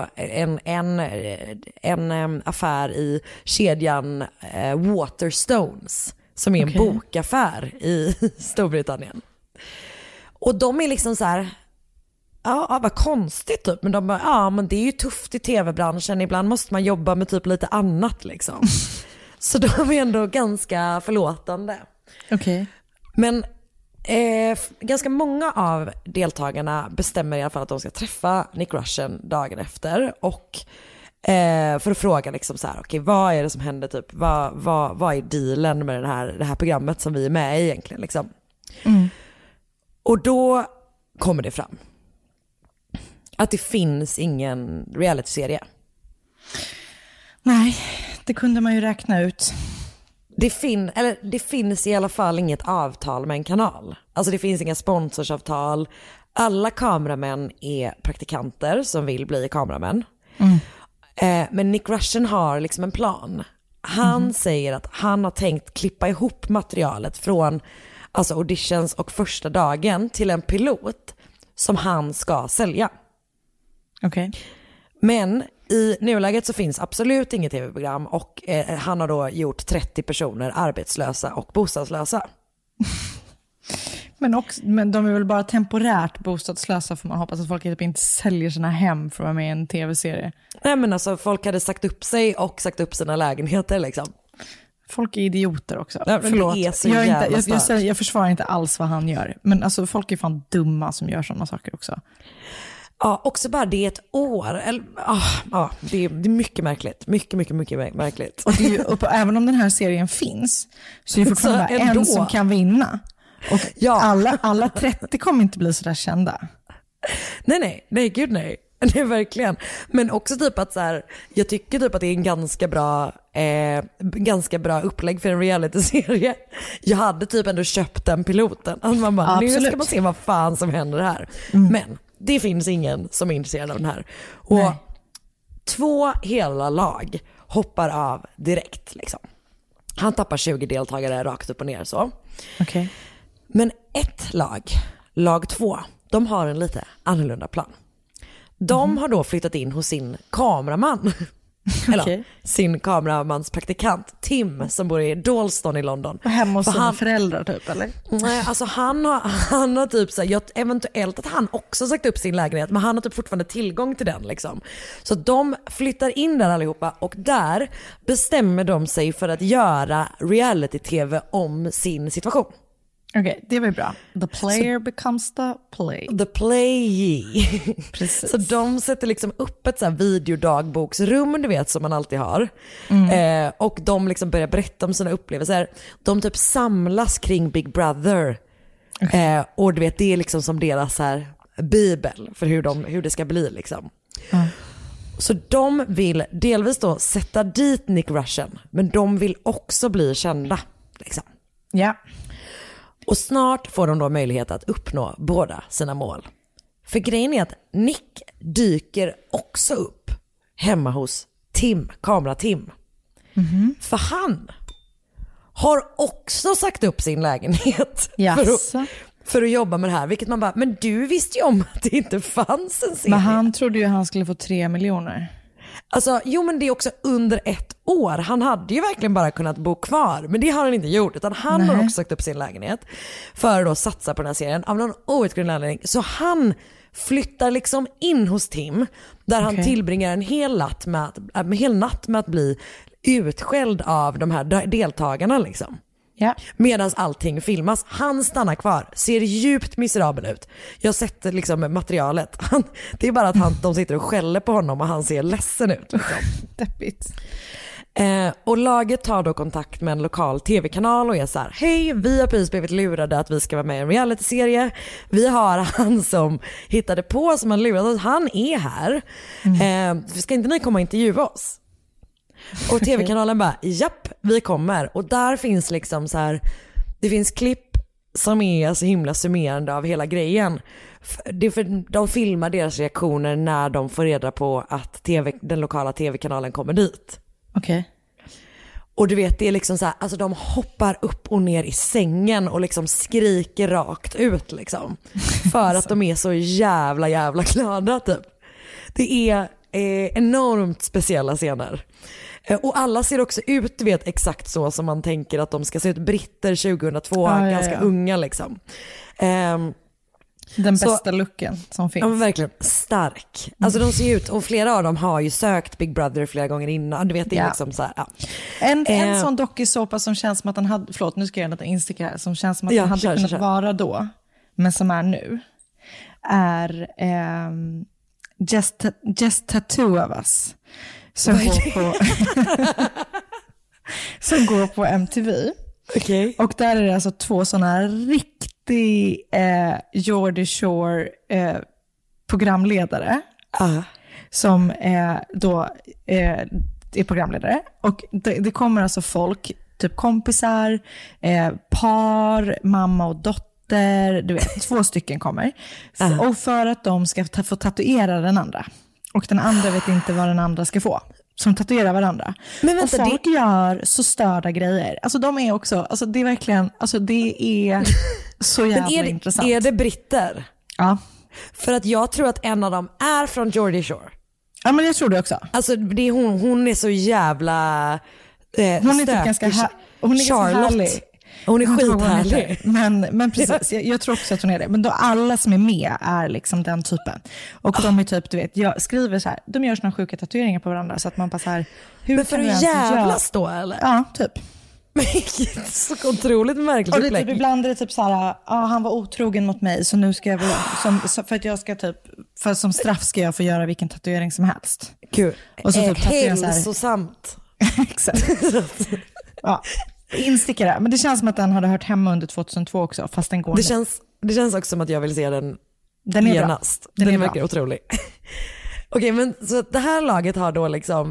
[SPEAKER 9] en affär i kedjan Waterstones, som är en bokaffär i Storbritannien. Och de är liksom så här, ja, vad konstigt typ. Men de bara, ja, men det är ju tufft i tv-branschen. Ibland måste man jobba med typ lite annat liksom. Så de är ändå ganska förlåtande.
[SPEAKER 8] Okej.
[SPEAKER 9] Men ganska många av deltagarna bestämmer i alla fall att de ska träffa Nick Russian dagen efter. Och för att fråga liksom så här, okej, vad är det som händer typ? Vad är dealen med det här programmet som vi är med i egentligen liksom? Och då kommer det fram att det finns ingen realityserie.
[SPEAKER 8] Nej, det kunde man ju räkna ut.
[SPEAKER 9] Det finns i alla fall inget avtal med en kanal. Alltså det finns inga sponsorsavtal. Alla kameramän är praktikanter som vill bli kameramän. Men Nick Russian har liksom en plan. Han säger att han har tänkt klippa ihop materialet från alltså auditions och första dagen till en pilot som han ska sälja.
[SPEAKER 8] Okej.
[SPEAKER 9] Men i nuläget så finns absolut inget tv-program och han har då gjort 30 personer arbetslösa och bostadslösa.
[SPEAKER 8] Men de är väl bara temporärt bostadslösa, för man hoppas att folk typ inte säljer sina hem för att vara med i en tv-serie.
[SPEAKER 9] Nej, men alltså folk hade sagt upp sig och sagt upp sina lägenheter liksom.
[SPEAKER 8] Folk är idioter också.
[SPEAKER 9] Ja,
[SPEAKER 8] förlåt, jag försvarar inte alls vad han gör. Men alltså folk är fan dumma som gör sådana saker också.
[SPEAKER 9] Ja, också bara det är ett år. Det är mycket märkligt. Mycket märkligt.
[SPEAKER 8] Och det är ju, även om den här serien finns så är det fortfarande en som kan vinna. Och alla 30 kommer inte bli så där kända.
[SPEAKER 9] Nej, gud nej. Det är verkligen. Men också typ att så här, jag tycker typ att det är en ganska bra upplägg för en realityserie. Jag hade typ ändå köpt den piloten. Alltså man bara, nu ska man se vad fan som händer här. Men det finns ingen som är intresserad av den här. Och 2 hela lag hoppar av direkt liksom. Han tappar 20 deltagare rakt upp och ner så.
[SPEAKER 8] Okay.
[SPEAKER 9] Men ett lag 2, de har en lite annorlunda plan. De har då flyttat in hos sin kameraman. Eller sin kameramans praktikant Tim som bor i Dalston i London.
[SPEAKER 8] Och hemma hos sina föräldrar typ, eller?
[SPEAKER 9] Nej, alltså han har typ så här, eventuellt att han också sagt upp sin lägenhet, men han har typ fortfarande tillgång till den liksom. Så de flyttar in där allihopa och där bestämmer de sig för att göra reality-tv om sin situation.
[SPEAKER 8] Okej, det var ju bra. The player becomes the play.
[SPEAKER 9] The play.
[SPEAKER 8] Precis.
[SPEAKER 9] Så de sätter liksom upp ett så här videodagboksrum, du vet, som man alltid har. Och de liksom börjar berätta om sina upplevelser. De typ samlas kring Big Brother. Och du vet, det är liksom som deras här bibel för hur det ska bli liksom. Så de vill delvis då sätta dit Nick Russian, men de vill också bli kända liksom.
[SPEAKER 8] Ja.
[SPEAKER 9] Och snart får de då möjlighet att uppnå båda sina mål. För grejen är att Nick dyker också upp hemma hos kamera Tim. För han har också sagt upp sin lägenhet för att jobba med det här. Vilket man bara, men du visste ju om att det inte fanns en serie.
[SPEAKER 8] Men han trodde ju att han skulle få 3 miljoner.
[SPEAKER 9] Alltså, jo men det är också under 1 år. Han hade ju verkligen bara kunnat bo kvar. Men det har han inte gjort. Utan han har också sagt upp sin lägenhet för att då satsa på den här serien. Av någon outgrundlig anledning. Så han flyttar liksom in hos Tim. Där han tillbringar en hel natt med att bli utskälld av de här deltagarna liksom.
[SPEAKER 8] Ja.
[SPEAKER 9] Medan allting filmas. Han stannar kvar, ser djupt miserabel ut. Jag sätter liksom materialet. Det är bara att de sitter och skäller på honom och han ser ledsen ut. Liksom.
[SPEAKER 8] Deppigt.
[SPEAKER 9] Och laget tar då kontakt med en lokal tv-kanal och är så här: hej, vi har precis blivit lurade att vi ska vara med i en reality-serie. Vi har han som hittade på, som har lurat oss. Han är här. Ska inte ni komma och intervjua oss? Och tv-kanalen bara, japp, vi kommer. Och där finns liksom så här, det finns klipp som är så himla summerande av hela grejen. De filmar deras reaktioner när de får reda på att den lokala tv-kanalen kommer dit.
[SPEAKER 8] Okej.
[SPEAKER 9] Och du vet, det är liksom så här, alltså de hoppar upp och ner i sängen och liksom skriker rakt ut liksom. För att de är så jävla glada typ. Det är enormt speciella scener. Och alla ser också ut, du vet, exakt så som man tänker att de ska se ut. Britter 2002, ganska unga liksom.
[SPEAKER 8] Den bästa looken som finns.
[SPEAKER 9] Ja, men verkligen stark. Alltså de ser ut, och flera av dem har ju sökt Big Brother flera gånger innan. Du vet, det är liksom så här, ja.
[SPEAKER 8] En sån dokusåpa som känns som att den hade, förlåt nu ska jag göra en instick här, som känns som att den hade kunnat vara då, men som är nu, är Just Tattoo of Us. Som går på MTV.
[SPEAKER 9] Okay.
[SPEAKER 8] Och där är det alltså 2 sådana riktig Geordie Shore programledare som då är programledare. Och det kommer alltså folk, typ kompisar, par, mamma och dotter, du vet, 2 stycken kommer. Och för att de ska få tatuera den andra. Och den andra vet inte vad den andra ska få. Som tatuerar varandra. Men vänta, och folk gör så störda grejer. Alltså de är också, alltså det är verkligen, alltså det är så jävla intressant.
[SPEAKER 9] Är det britter?
[SPEAKER 8] Ja.
[SPEAKER 9] För att jag tror att en av dem är från Geordie Shore.
[SPEAKER 8] Ja, men jag tror det också.
[SPEAKER 9] Alltså det är hon är så jävla
[SPEAKER 8] hon är typ ganska hon är
[SPEAKER 9] Charlotte.
[SPEAKER 8] Ganska härlig.
[SPEAKER 9] Hon är skithärlig.
[SPEAKER 8] Men precis, jag tror också att hon är det. Men då alla som är med är liksom den typen. Och de är typ, du vet, jag skriver så här, de gör såna sjuka tatueringar på varandra så att man bara så här,
[SPEAKER 9] hur för att jävlas då eller?
[SPEAKER 8] Ja, typ.
[SPEAKER 9] Så otroligt märkligt.
[SPEAKER 8] Och det typ, ibland är det typ så här, han var otrogen mot mig så nu ska jag för att jag ska typ, för som straff ska jag få göra vilken tatuering som helst.
[SPEAKER 9] Kul.
[SPEAKER 8] Och så typ
[SPEAKER 9] hälsosamt.
[SPEAKER 8] Exakt. Ja. Instickare, men det känns som att den hade hört hemma under 2002 också, fast den går
[SPEAKER 9] det känns också som att jag vill se den
[SPEAKER 8] är
[SPEAKER 9] genast.
[SPEAKER 8] Den är
[SPEAKER 9] verkar otrolig. Okej, men så det här laget har då liksom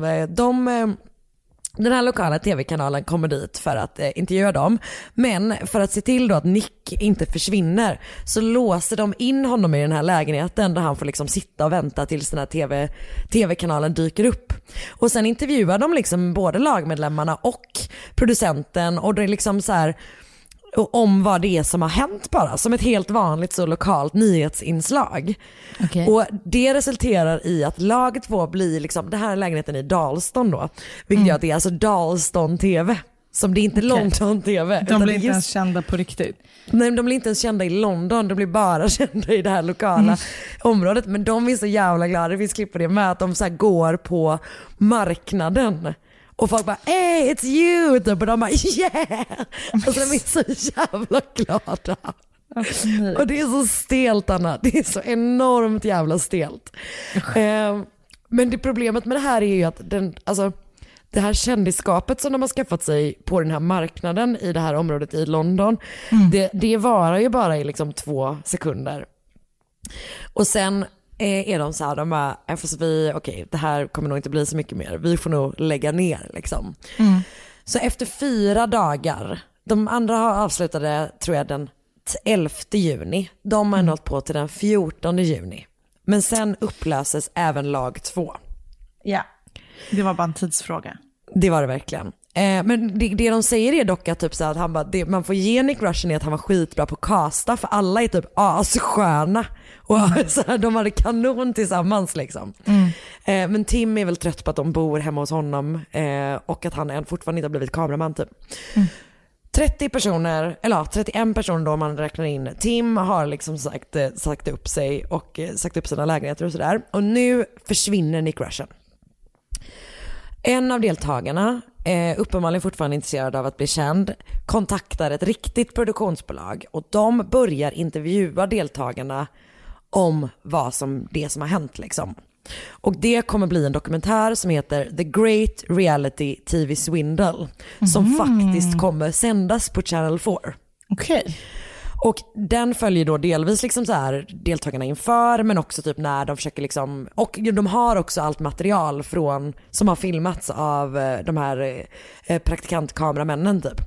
[SPEAKER 9] den här lokala tv-kanalen kommer dit för att intervjua dem. Men för att se till då att Nick inte försvinner så låser de in honom i den här lägenheten där han får liksom sitta och vänta tills den här tv-kanalen dyker upp. Och sen intervjuar de liksom både lagmedlemmarna och producenten och det är liksom så här om vad det är som har hänt, bara som ett helt vanligt så lokalt nyhetsinslag.
[SPEAKER 8] Okay.
[SPEAKER 9] Och det resulterar i att lag 2 blir liksom, det här är lägenheten i Dalston då, vilket gör att det är alltså Dalston TV, som det är inte London TV.
[SPEAKER 8] De blir inte ens kända på riktigt.
[SPEAKER 9] Nej, de blir inte ens kända i London, de blir bara kända i det här lokala området. Men de är så jävla glada, det finns klipp på det med, att de så här går på marknaden Och folk bara, hey it's you, typ. Och de bara, yeah. Och så de är så jävla glada. Och det är så stelt, Anna. Det är så enormt jävla stelt. Men det problemet med det här är ju att det här kändisskapet som de har skaffat sig på den här marknaden i det här området i London, det varar ju bara i liksom 2 sekunder. Och sen är de så här, de bara, okej, det här kommer nog inte bli så mycket mer. Vi får nog lägga ner liksom. Så efter 4 dagar, de andra har avslutade tror jag den 11 juni. De har hållit på till den 14 juni. Men sen upplöses även lag 2.
[SPEAKER 8] Ja, det var bara en tidsfråga.
[SPEAKER 9] Det var det verkligen. Men det de säger är dock att, typ så att han bara, man får ge Nick Russian är att han var skitbra på casta, för alla är typ assköna. Och så här, de hade kanon tillsammans liksom. Men Tim är väl trött på att de bor hemma hos honom och att han fortfarande inte har blivit kameraman typ. 31 personer då man räknar in. Tim har liksom sagt upp sig och sagt upp sina lägenheter och sådär. Och nu försvinner Nick Russian. En av deltagarna, uppenbarligen fortfarande intresserad av att bli känd, kontaktar ett riktigt produktionsbolag och de börjar intervjua deltagarna om det som har hänt liksom. Och det kommer bli en dokumentär som heter The Great Reality TV Swindle som faktiskt kommer sändas på Channel 4.
[SPEAKER 8] Okej.
[SPEAKER 9] Och den följer då delvis liksom så här deltagarna inför, men också typ när de försöker liksom, och de har också allt material som har filmats av de här praktikantkameramännen typ.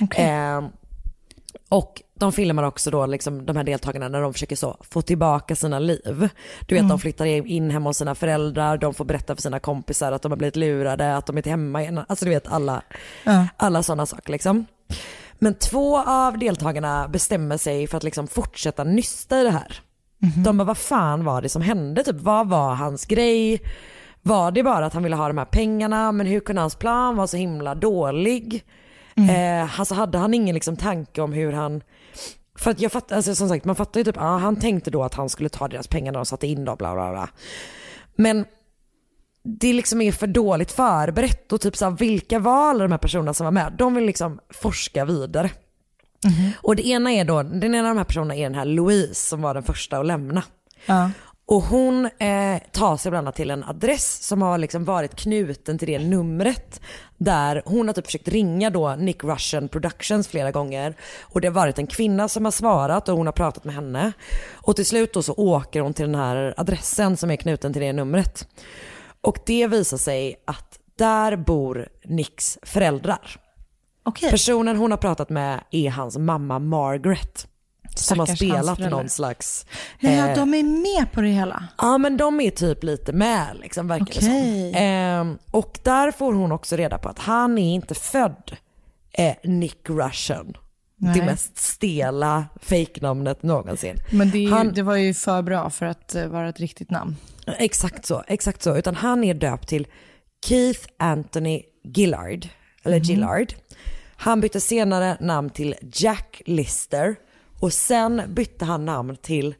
[SPEAKER 9] Och de filmar också då liksom de här deltagarna när de försöker få tillbaka sina liv. Du vet, de flyttar in hemma hos sina föräldrar, de får berätta för sina kompisar att de har blivit lurade, att de inte är hemma igen. Alltså du vet, alla sådana saker liksom. Men 2 av deltagarna bestämmer sig för att liksom fortsätta nysta i det här. De bara, vad fan var det som hände? Typ, vad var hans grej? Var det bara att han ville ha de här pengarna? Men hur kunde hans plan vara så himla dålig? Alltså hade han ingen liksom tanke om hur han... För att jag fattar, alltså som sagt, man fattar ju typ, han tänkte då att han skulle ta deras pengar när de satte in då, bla bla bla. Men det liksom är för dåligt förberett och typ så här, vilka var alla de här personerna som var med? De vill liksom forska vidare. Och den ena av de här personerna är den här Louise som var den första att lämna. Och hon tar sig bland annat till en adress som har liksom varit knuten till det numret där hon har typ försökt ringa då Nick Russian Productions flera gånger och det har varit en kvinna som har svarat och hon har pratat med henne och till slut då så åker hon till den här adressen som är knuten till det numret och det visar sig att där bor Nicks föräldrar. Personen hon har pratat med är hans mamma Margaret. Som har spelat någon slags...
[SPEAKER 8] Ja, de är med på det hela.
[SPEAKER 9] Ja, men de är typ lite med liksom, verkar det som. Och där får hon också reda på att han är inte född Nick Russian. Det mest stela fake-namnet någonsin.
[SPEAKER 8] Men det var ju för bra för att vara ett riktigt namn.
[SPEAKER 9] Exakt så. Utan han är döpt till Keith Anthony Gillard. Eller Gillard. Han bytte senare namn till Jack Lister. Och sen bytte han namn till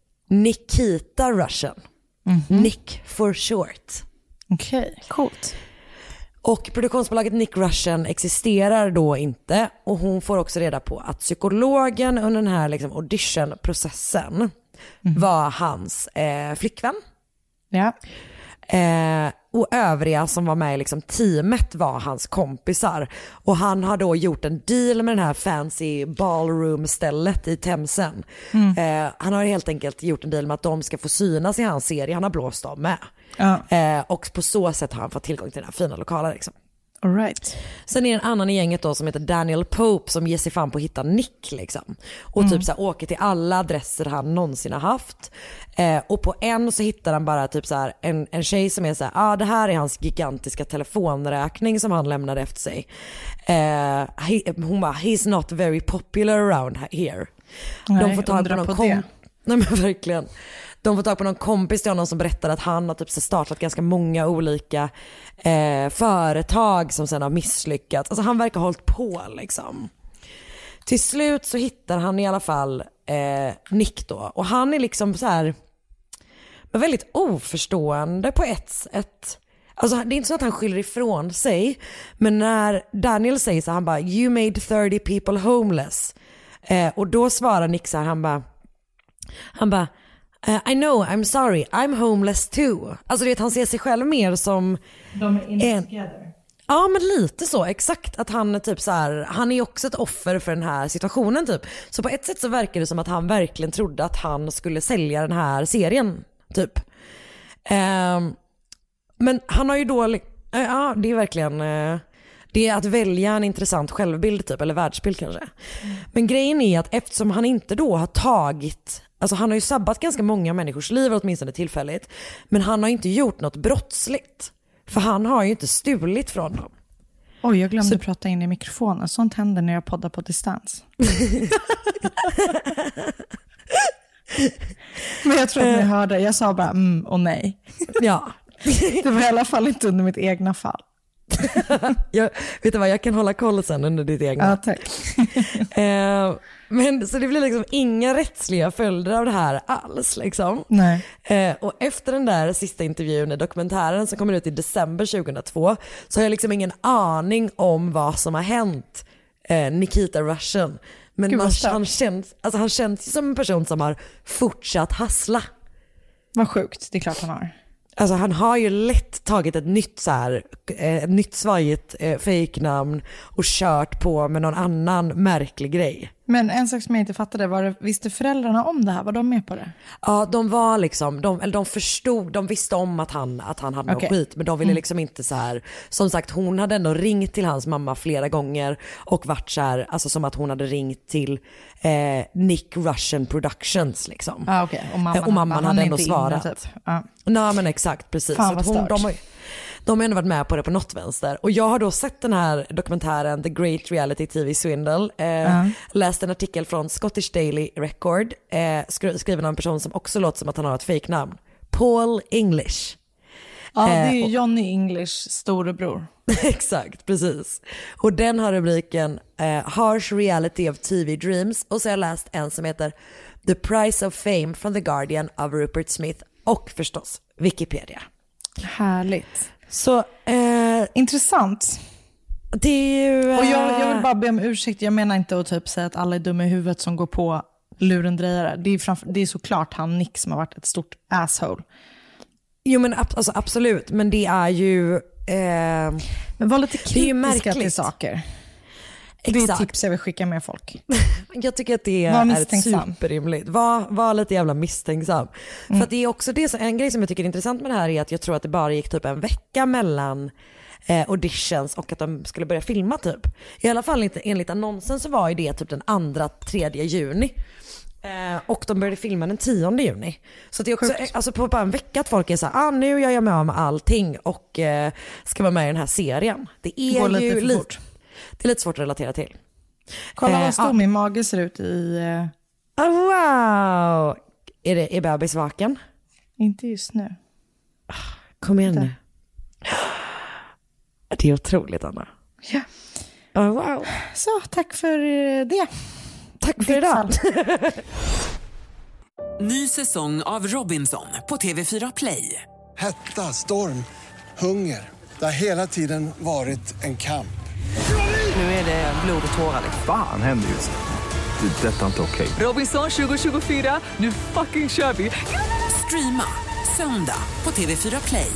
[SPEAKER 9] Nikita Russian. Nick for short.
[SPEAKER 8] Okej, coolt.
[SPEAKER 9] Och produktionsbolaget Nick Russian existerar då inte. Och hon får också reda på att psykologen under den här liksom auditionprocessen var hans flickvän.
[SPEAKER 8] Ja.
[SPEAKER 9] Och övriga som var med i liksom teamet var hans kompisar. Och han har då gjort en deal med den här fancy ballroom-stället i Themsen. Han har helt enkelt gjort en deal med att de ska få synas i hans serie. Han har blåst dem med. Och på så sätt har han fått tillgång till den här fina lokalen liksom.
[SPEAKER 8] All right.
[SPEAKER 9] Sen är det en annan i gänget då som heter Daniel Pope som ger sig fan på att hitta Nick liksom. Och typ så här, åker till alla adresser han någonsin har haft. Och på en så hittar han bara typ så här en tjej som är så här, det här är hans gigantiska telefonräkning som han lämnade efter sig. Hon bara, he's not very popular around here. De får tag på någon Nej men verkligen. De får tag på någon kompis till honom som berättar att han har typ startat ganska många olika företag som sen har misslyckats. Alltså han verkar ha hållit på liksom. Till slut så hittar han i alla fall Nick då. Och han är liksom så här väldigt oförstående på ett sätt. Alltså det är inte så att han skyller ifrån sig, men när Daniel säger så, han bara you made 30 people homeless. Och då svarar Nick så här, han bara I know, I'm sorry, I'm homeless too. Alltså du vet, han ser sig själv mer som
[SPEAKER 8] de är in together.
[SPEAKER 9] Ja, men lite så, exakt, att han är typ så här, han är också ett offer för den här situationen typ. Så på ett sätt så verkar det som att han verkligen trodde att han skulle sälja den här serien typ. Men han har ju då ja, det är verkligen det är att välja en intressant självbild typ, eller världsbild kanske. Men grejen är att eftersom han inte då har tagit, alltså han har ju sabbat ganska många människors liv åtminstone tillfälligt, men han har inte gjort något brottsligt. För han har ju inte stulit från dem.
[SPEAKER 8] Oj, jag glömde prata in i mikrofonen. Sånt händer när jag poddar på distans. Men jag tror att ni hörde. Jag sa bara och nej.
[SPEAKER 9] Ja.
[SPEAKER 8] Det var i alla fall inte under mitt egna fall.
[SPEAKER 9] Vet du vad, jag kan hålla koll sen under ditt egna.
[SPEAKER 8] Ja, tack.
[SPEAKER 9] Men så det blir liksom inga rättsliga följder av det här alls liksom.
[SPEAKER 8] Nej.
[SPEAKER 9] Och efter den där sista intervjun i dokumentären som kommer ut i december 2002 så har jag liksom ingen aning om vad som har hänt Nikita Russian. Men han känns som en person som har fortsatt hassla.
[SPEAKER 8] Vad sjukt, det är klart han har.
[SPEAKER 9] Alltså han har ju lätt tagit ett nytt så här, nytt svajigt fejknamn och kört på med någon annan märklig grej.
[SPEAKER 8] Men en sak som jag inte fattade, visste föräldrarna om det här? Var de med på det?
[SPEAKER 9] Ja, de var liksom, de förstod, de visste om att han hade något skit, men de ville liksom inte så här, som sagt hon hade ändå ringt till hans mamma flera gånger och varit så här, alltså som att hon hade ringt till Nick Russian Productions liksom.
[SPEAKER 8] Ah, okay.
[SPEAKER 9] Och mamman hade ändå svarat. Typ. Nej men exakt, precis.
[SPEAKER 8] Fan,
[SPEAKER 9] så att de har ändå varit med på det på något vänster. Och jag har då sett den här dokumentären The Great Reality TV Swindle. Läst en artikel från Scottish Daily Record. Skriven av en person som också låter som att han har ett fejknamn. Paul English.
[SPEAKER 8] Ja, det är ju Johnny English storebror.
[SPEAKER 9] Exakt, precis. Och den har rubriken Harsh Reality of TV Dreams. Och så har jag läst en som heter The Price of Fame from the Guardian av Rupert Smith. Och förstås Wikipedia.
[SPEAKER 8] Härligt.
[SPEAKER 9] Så
[SPEAKER 8] intressant.
[SPEAKER 9] Det är ju,
[SPEAKER 8] och jag vill bara be om ursäkt. Jag menar inte att typ säga att alla är dumma i huvudet som går på lurendrejare. Det är såklart han Nick som har varit ett stort asshole.
[SPEAKER 9] Jo men alltså, absolut. Men det är ju
[SPEAKER 8] men var lite kritiska till saker. Det är tips jag vill skicka med folk.
[SPEAKER 9] Jag tycker att det är superrimligt. Var lite jävla misstänksam. För att det är också det, en grej som jag tycker är intressant med det här är att jag tror att det bara gick typ en vecka mellan auditions och att de skulle börja filma typ. I alla fall enligt annonsen så var ju det typ den 2-3 juni. Och de började filma den 10 juni. Så det är också alltså på bara en vecka att folk är så här, nu gör jag med om allting och ska vara med i den här serien. Det är
[SPEAKER 8] går
[SPEAKER 9] ju
[SPEAKER 8] lite fort.
[SPEAKER 9] Det är lite svårt att relatera till.
[SPEAKER 8] Kolla vad stor min mage ser ut i...
[SPEAKER 9] wow! Är bebis vaken?
[SPEAKER 8] Inte just nu.
[SPEAKER 9] Kom igen nu. Det är otroligt, Anna.
[SPEAKER 8] Ja.
[SPEAKER 9] Wow.
[SPEAKER 8] Så, tack för det.
[SPEAKER 9] Tack för idag.
[SPEAKER 1] Ny säsong av Robinson på TV4 Play.
[SPEAKER 2] Hetta, storm, hunger. Det har hela tiden varit en kamp.
[SPEAKER 1] Nu är det blod och tårar.
[SPEAKER 3] Fan händer just det. Detta är inte okej.
[SPEAKER 1] Robinson 2024, nu fucking kör vi. Streama söndag på TV4 Play.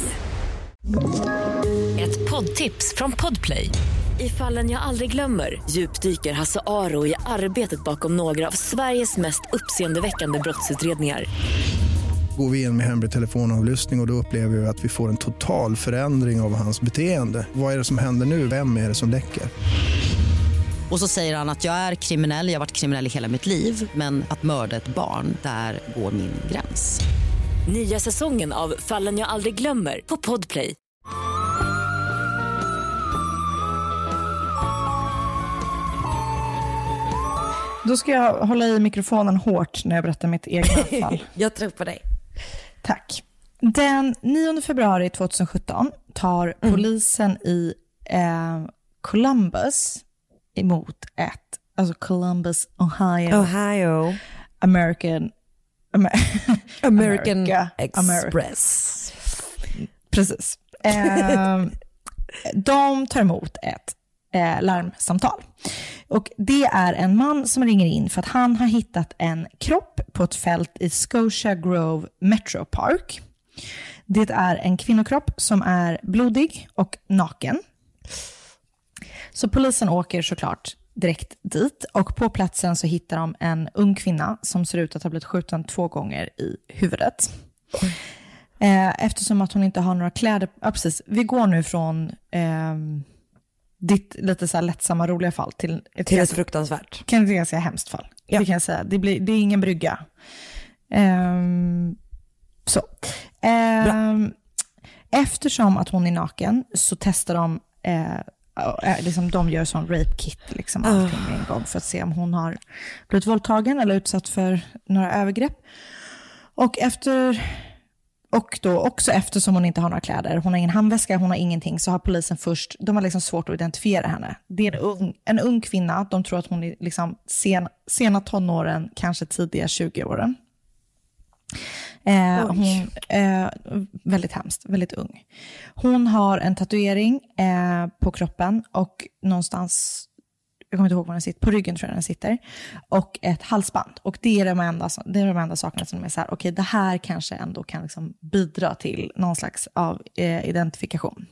[SPEAKER 10] Ett poddtips från Podplay. I Fallen jag aldrig glömmer djupdyker Hasse Aro i arbetet bakom några av Sveriges mest uppseendeväckande brottsutredningar.
[SPEAKER 13] Går vi in med hemlig telefonavlyssning och då upplever vi att vi får en total förändring av hans beteende. Vad är det som händer nu? Vem är det som läcker?
[SPEAKER 14] Och så säger han att jag är kriminell, jag har varit kriminell i hela mitt liv. Men att mörda ett barn, där går min gräns.
[SPEAKER 10] Nya säsongen av Fallen jag aldrig glömmer på Podplay.
[SPEAKER 8] Då ska jag hålla i mikrofonen hårt när jag berättar mitt egna fall.
[SPEAKER 9] Jag tror på dig.
[SPEAKER 8] Tack. Den 9 februari 2017 tar polisen i Columbus emot Columbus, Ohio. American Express. Precis. De tar emot ett larmsamtal. Och det är en man som ringer in för att han har hittat en kropp på ett fält i Scotia Grove Metro Park. Det är en kvinnokropp som är blodig och naken. Så polisen åker såklart direkt dit och på platsen så hittar de en ung kvinna som ser ut att ha blivit skjuten 2 gånger i huvudet. Eftersom att hon inte har några kläder. Ja, precis. Vi går nu från ditt lite så här lättsamma, roliga fall till ett
[SPEAKER 9] fruktansvärt.
[SPEAKER 8] Kan det ganska hemskt fall. Ja. Det kan jag säga. Det är ingen brygga. Så. Eftersom att hon är naken så testar de liksom de gör sån rape kit liksom allting med en gång för att se om hon har blivit våldtagen eller utsatt för några övergrepp. Och då också eftersom hon inte har några kläder, hon har ingen handväska, hon har ingenting, så har polisen först, de har liksom svårt att identifiera henne. Det är en ung kvinna, de tror att hon är liksom sena tonåren, kanske tidiga 20-åren. Hon väldigt hemskt, väldigt ung. Hon har en tatuering på kroppen och någonstans, jag kommer inte ihåg var den sitter, på ryggen tror jag den sitter, och ett halsband. Och det är de enda sakerna som är så här, okej, det här kanske ändå kan liksom bidra till någon slags av identifikation.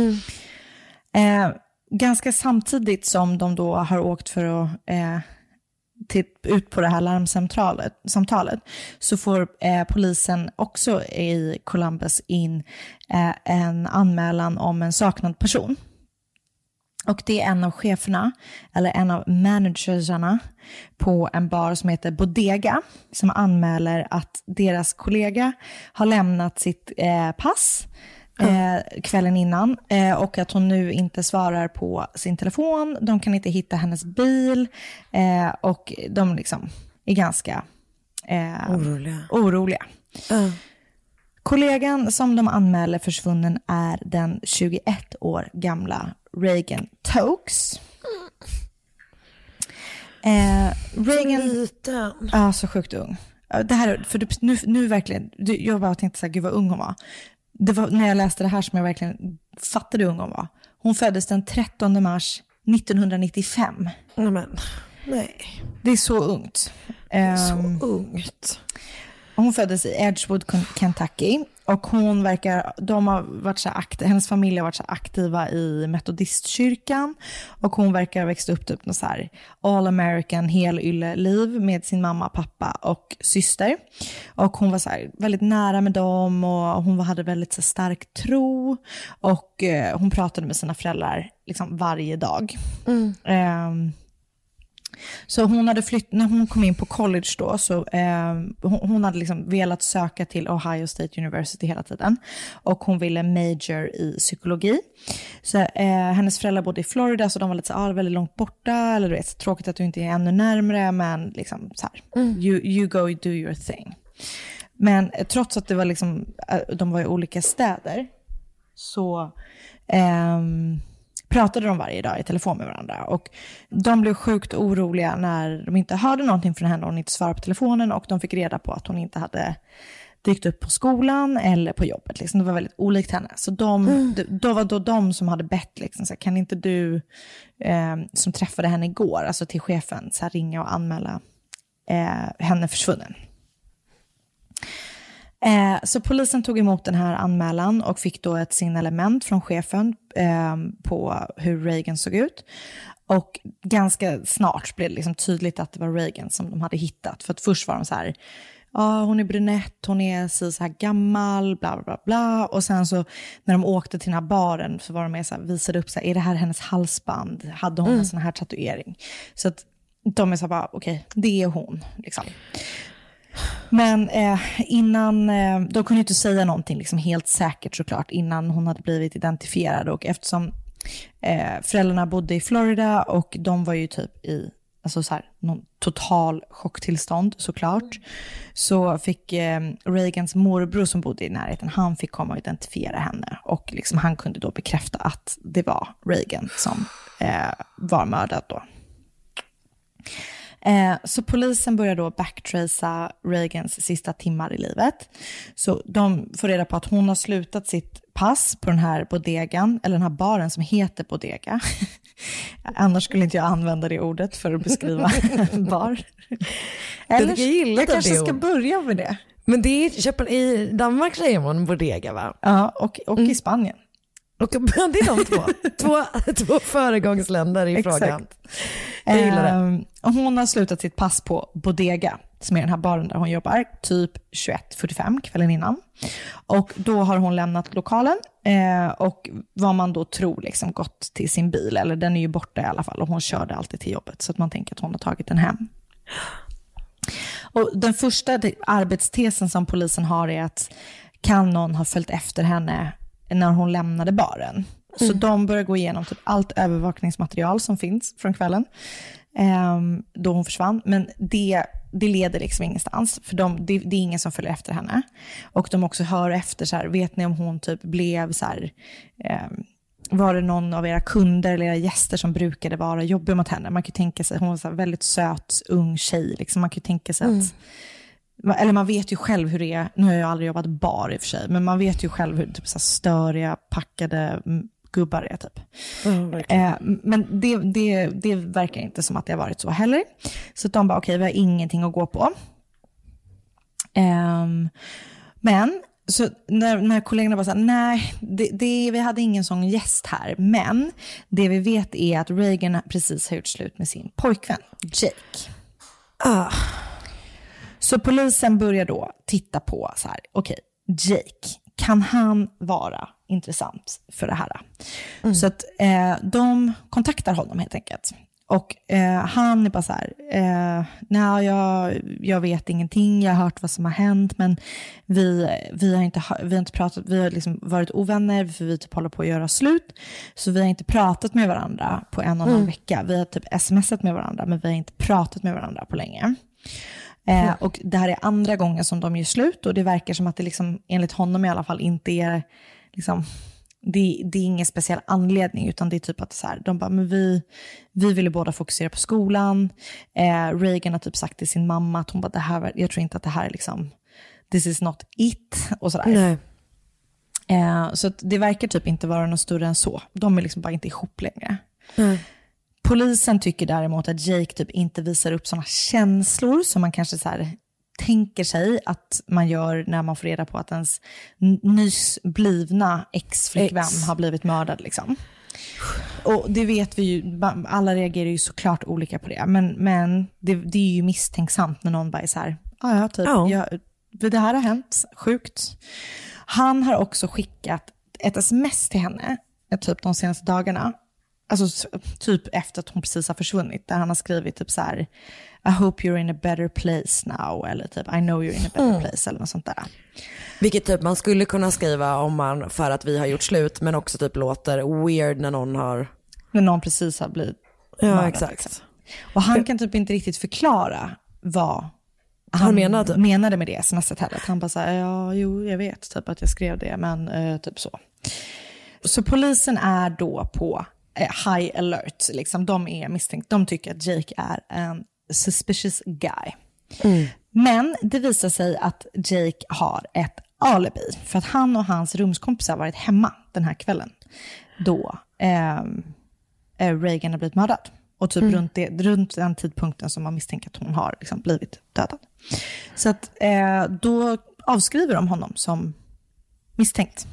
[SPEAKER 8] Ganska samtidigt som de då har åkt för att ut på det här larmsamtalet så får polisen också i Columbus in en anmälan om en saknad person. Och det är en av cheferna, eller en av managersarna på en bar som heter Bodega, som anmäler att deras kollega har lämnat sitt pass kvällen innan och att hon nu inte svarar på sin telefon. De kan inte hitta hennes bil och de liksom är ganska oroliga. Kollegan som de anmäler försvunnen är den 21 år gamla Reagan Tokes. Reagan, ja, så sjukt ung. Det här, för nu verkligen, jag bara tänkte så här, gud vad ung hon var. Det var när jag läste det här som jag verkligen fattade hur ung hon var. Hon föddes den 13 mars 1995.
[SPEAKER 9] Nej.
[SPEAKER 8] Det är så ungt.
[SPEAKER 9] Så ungt.
[SPEAKER 8] Hon föddes i Edgewood, Kentucky. Och hon hennes familj har varit så aktiva i metodistkyrkan. Och hon verkar ha växt upp typ något så här all American helylle-liv med sin mamma, pappa och syster. Och hon var så här väldigt nära med dem och hon hade väldigt så stark tro. Och hon pratade med sina föräldrar liksom varje dag. Så hon hade när hon kom in på college då, så hon hade liksom velat söka till Ohio State University hela tiden och hon ville major i psykologi. Så hennes föräldrar bodde i Florida, så de var lite så väldigt långt borta, eller du vet, tråkigt att du inte är ännu närmare, men liksom så här, you go do your thing. Men trots att det var liksom, de var i olika städer, så pratade de varje dag i telefon med varandra. Och de blev sjukt oroliga när de inte hörde någonting från henne och hon inte svarade på telefonen. Och de fick reda på att hon inte hade dykt upp på skolan eller på jobbet. Liksom. Det var väldigt olikt henne. Så då var de som hade bett, liksom, så här, kan inte du som träffade henne igår, alltså till chefen, så här, ringa och anmäla henne försvunnen. Så polisen tog emot den här anmälan och fick då ett signalement från chefen på hur Reagan såg ut. Och ganska snart blev det liksom tydligt att det var Reagan som de hade hittat. För att först var de så här, hon är brunett, hon är så här gammal, bla bla bla. Och sen så när de åkte till den här baren så var de med så här, visade upp så här, är det här hennes halsband? Hade hon en sån här tatuering? Så att de är så här bara, okej, det är hon liksom. Men innan, de kunde inte säga någonting liksom helt säkert såklart innan hon hade blivit identifierad. Och eftersom föräldrarna bodde i Florida och de var ju typ i alltså så här, någon total chocktillstånd såklart, så fick Reagans morbror som bodde i närheten, han fick komma och identifiera henne. Och liksom, han kunde då bekräfta att det var Reagan som var mördad då. Så polisen börjar då backtracea Reagans sista timmar i livet. Så de får reda på att hon har slutat sitt pass på den här bodegan, eller den här baren som heter bodega. Annars skulle inte jag använda det ordet för att beskriva bar. Eller jag kanske ska börja med det.
[SPEAKER 9] Men det är, i Danmark säger man bodega, va?
[SPEAKER 8] Ja, och i Spanien.
[SPEAKER 9] Och det är de två föregångsländer i frågan. Jag gillar det.
[SPEAKER 8] Hon har slutat sitt pass på bodega, som är den här baren där hon jobbar, typ 21:45 kvällen innan. Och då har hon lämnat lokalen och vad man då tror liksom gått till sin bil, eller den är ju borta i alla fall, och hon körde alltid till jobbet, så att man tänker att hon har tagit den hem. Och den första arbetstesen som polisen har är att kan någon ha följt efter henne när hon lämnade baren. Så de börjar gå igenom typ allt övervakningsmaterial som finns från kvällen då hon försvann. Men det leder liksom ingenstans, för det är ingen som följer efter henne. Och de också hör efter så här, vet ni om hon typ blev så här, var det någon av era kunder eller era gäster som brukade vara jobbiga mot henne? Man kan ju tänka sig, hon var så här väldigt söt, ung tjej liksom. Man kan ju tänka sig att eller man vet ju själv hur det är, nu har jag aldrig jobbat bar i och för sig, men man vet ju själv hur typ så här störiga, packade gubbar är typ. Men det verkar inte som att det har varit så heller. Så de bara, okej, vi har ingenting att gå på. Men så när kollegorna bara sa, nej, vi hade ingen sån gäst här, men det vi vet är att Reagan precis har gjort slut med sin pojkvän, Jake. Så polisen börjar då titta på så här, okej, Jake, kan han vara intressant för det här? Så att de kontaktar honom helt enkelt. Och han är bara så här, nej, jag vet ingenting, jag har hört vad som har hänt, men vi har inte pratat, vi har liksom varit ovänner, för vi typ håller på att göra slut, så vi har inte pratat med varandra på 1,5 vecka. Vi har typ smsat med varandra, men vi har inte pratat med varandra på länge. Och det här är andra gången som de gör slut, och det verkar som att det liksom, enligt honom i alla fall, inte är liksom, det är ingen speciell anledning, utan det är typ att så här, de bara, men vi ville båda fokusera på skolan. Reagan har typ sagt till sin mamma att hon bara, jag tror inte att det här är liksom, this is not it, och sådär. Så att det verkar typ inte vara något större än så. De är liksom bara inte ihop längre. Polisen tycker däremot att Jake typ inte visar upp sådana känslor som man kanske så här tänker sig att man gör när man får reda på att ens nyss blivna ex-flickvän har blivit mördad liksom. Och det vet vi ju, alla reagerar ju såklart olika på det, men det är ju misstänksamt när någon bara är så här, det här har hänt, sjukt. Han har också skickat ett sms till henne typ de senaste dagarna, alltså typ efter att hon precis har försvunnit, där han har skrivit typ så här, I hope you're in a better place now, eller typ I know you're in a better place, eller något sånt där.
[SPEAKER 9] Vilket typ man skulle kunna skriva om man, för att vi har gjort slut, men också typ låter weird när någon precis har blivit mördad, exakt. Liksom. Och han kan typ inte riktigt förklara vad han menade med det smset heller. Han bara säger, jag vet typ att jag skrev det, men typ så. Så polisen är då på high alert, liksom. De är misstänkt, de tycker att Jake är en suspicious guy. Men det visar sig att Jake har ett alibi, för att han och hans rumskompisar har varit hemma den här kvällen då Reagan har blivit mördad, och typ runt den tidpunkten som man misstänker att hon har liksom blivit dödad. Så att då avskriver de honom som misstänkt.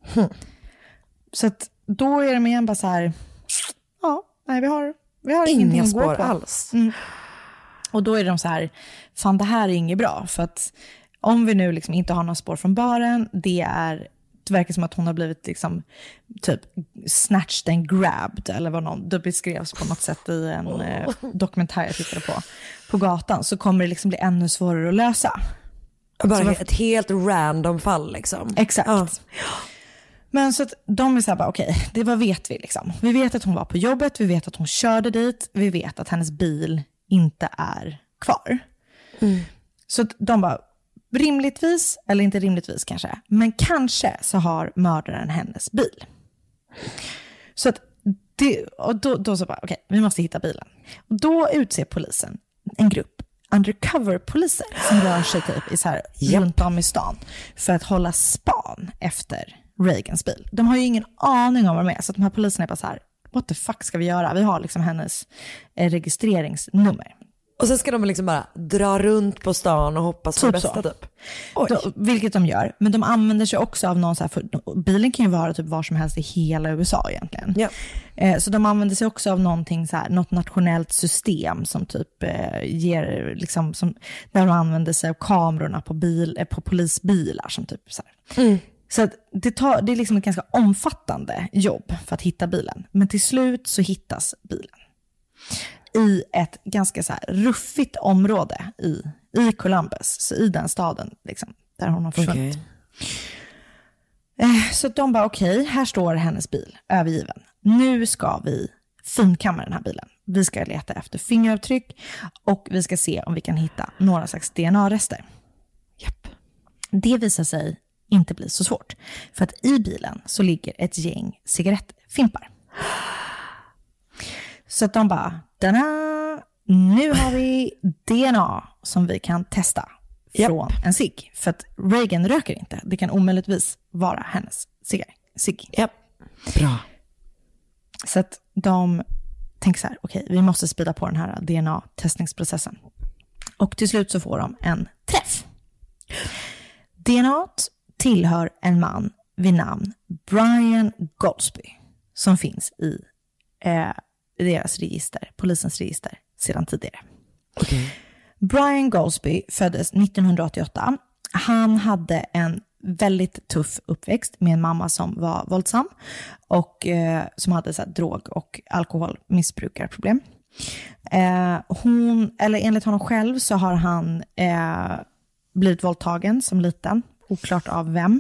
[SPEAKER 9] Så att då är de igen bara så här, nej, vi har ingenting att gå på alls.
[SPEAKER 8] Och då är de så här, fan, det här är inget bra, för att om vi nu liksom inte har några spår från baren, det verkar som att hon har blivit liksom typ snatched and grabbed, eller vad det beskrevs på något sätt i en dokumentär jag tittade på gatan, så kommer det liksom bli ännu svårare att lösa.
[SPEAKER 9] Bara ett helt random fall liksom.
[SPEAKER 8] Exakt. Men så att de är så här bara, okej, vad vet vi liksom? Vi vet att hon var på jobbet, vi vet att hon körde dit, vi vet att hennes bil inte är kvar. Så att de bara, rimligtvis, eller inte rimligtvis kanske, men kanske så har mördaren hennes bil. Så att då så bara, okej, vi måste hitta bilen. Och då utser polisen en grupp undercover-poliser som rör sig typ i så här runt om i stan för att hålla span efter Reagans bil. De har ju ingen aning om vad de är, så att de här poliserna är bara så här, what the fuck ska vi göra? Vi har liksom hennes registreringsnummer.
[SPEAKER 9] Och sen ska de liksom bara dra runt på stan och hoppas på det bästa typ.
[SPEAKER 8] Vilket de gör. Men de använder sig också av någon så här, för bilen kan ju vara typ var som helst i hela USA egentligen. Ja. Så de använder sig också av någonting så här, något nationellt system som typ ger liksom, som, där de använder sig av kamerorna på polisbilar som typ så här. Så att det är liksom ett ganska omfattande jobb för att hitta bilen. Men till slut så hittas bilen i ett ganska så här ruffigt område i Columbus, så i den staden liksom, där hon har försvunnit. Så de bara okej, här står hennes bil övergiven. Nu ska vi finkamma den här bilen. Vi ska leta efter fingeravtryck och vi ska se om vi kan hitta några slags DNA-rester. Japp. Det visar sig inte bli så svårt, för att i bilen så ligger ett gäng cigarettfimpar. Så att de bara, nu har vi DNA som vi kan testa från en cigg. För att Reagan röker inte. Det kan omöjligtvis vara hennes cigg.
[SPEAKER 9] Japp. Bra.
[SPEAKER 8] Så att de tänker så här, okej, vi måste speeda på den här DNA-testningsprocessen. Och till slut så får de en träff. DNA tillhör en man vid namn Brian Goldsby som finns i deras register, polisens register sedan tidigare. Okay. Brian Goldsby föddes 1988. Han hade en väldigt tuff uppväxt med en mamma som var våldsam och som hade så här, drog- och alkoholmissbrukarproblem. Enligt honom själv så har han blivit våldtagen som liten, oklart av vem.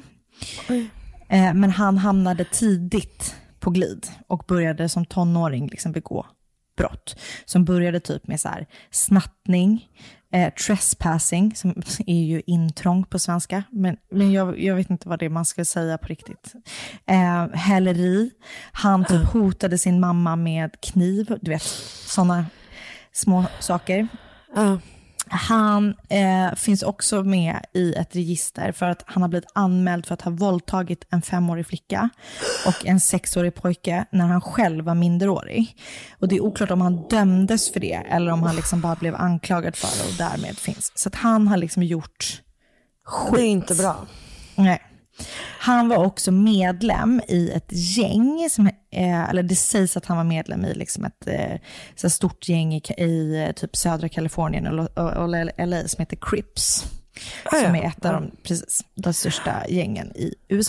[SPEAKER 8] Men han hamnade tidigt på glid och började som tonåring liksom begå brott. Som började typ med så här snattning, trespassing, som är ju intrång på svenska. Men jag vet inte vad det är man ska säga på riktigt. Häleri. Han typ hotade sin mamma med kniv. Du vet, sådana små saker. Han finns också med i ett register för att han har blivit anmäld för att ha våldtagit en 5-årig flicka och en 6-årig pojke när han själv var minderårig. Och det är oklart om han dömdes för det eller om han liksom bara blev anklagad för det och därmed finns. Så att han har liksom gjort skit.
[SPEAKER 9] Det är inte bra.
[SPEAKER 8] Nej. Han var också medlem i ett gäng, eller det sägs att han var medlem i liksom ett så stort gäng i typ södra Kalifornien och LA som heter Crips. Som är ett av de största gängen i USA.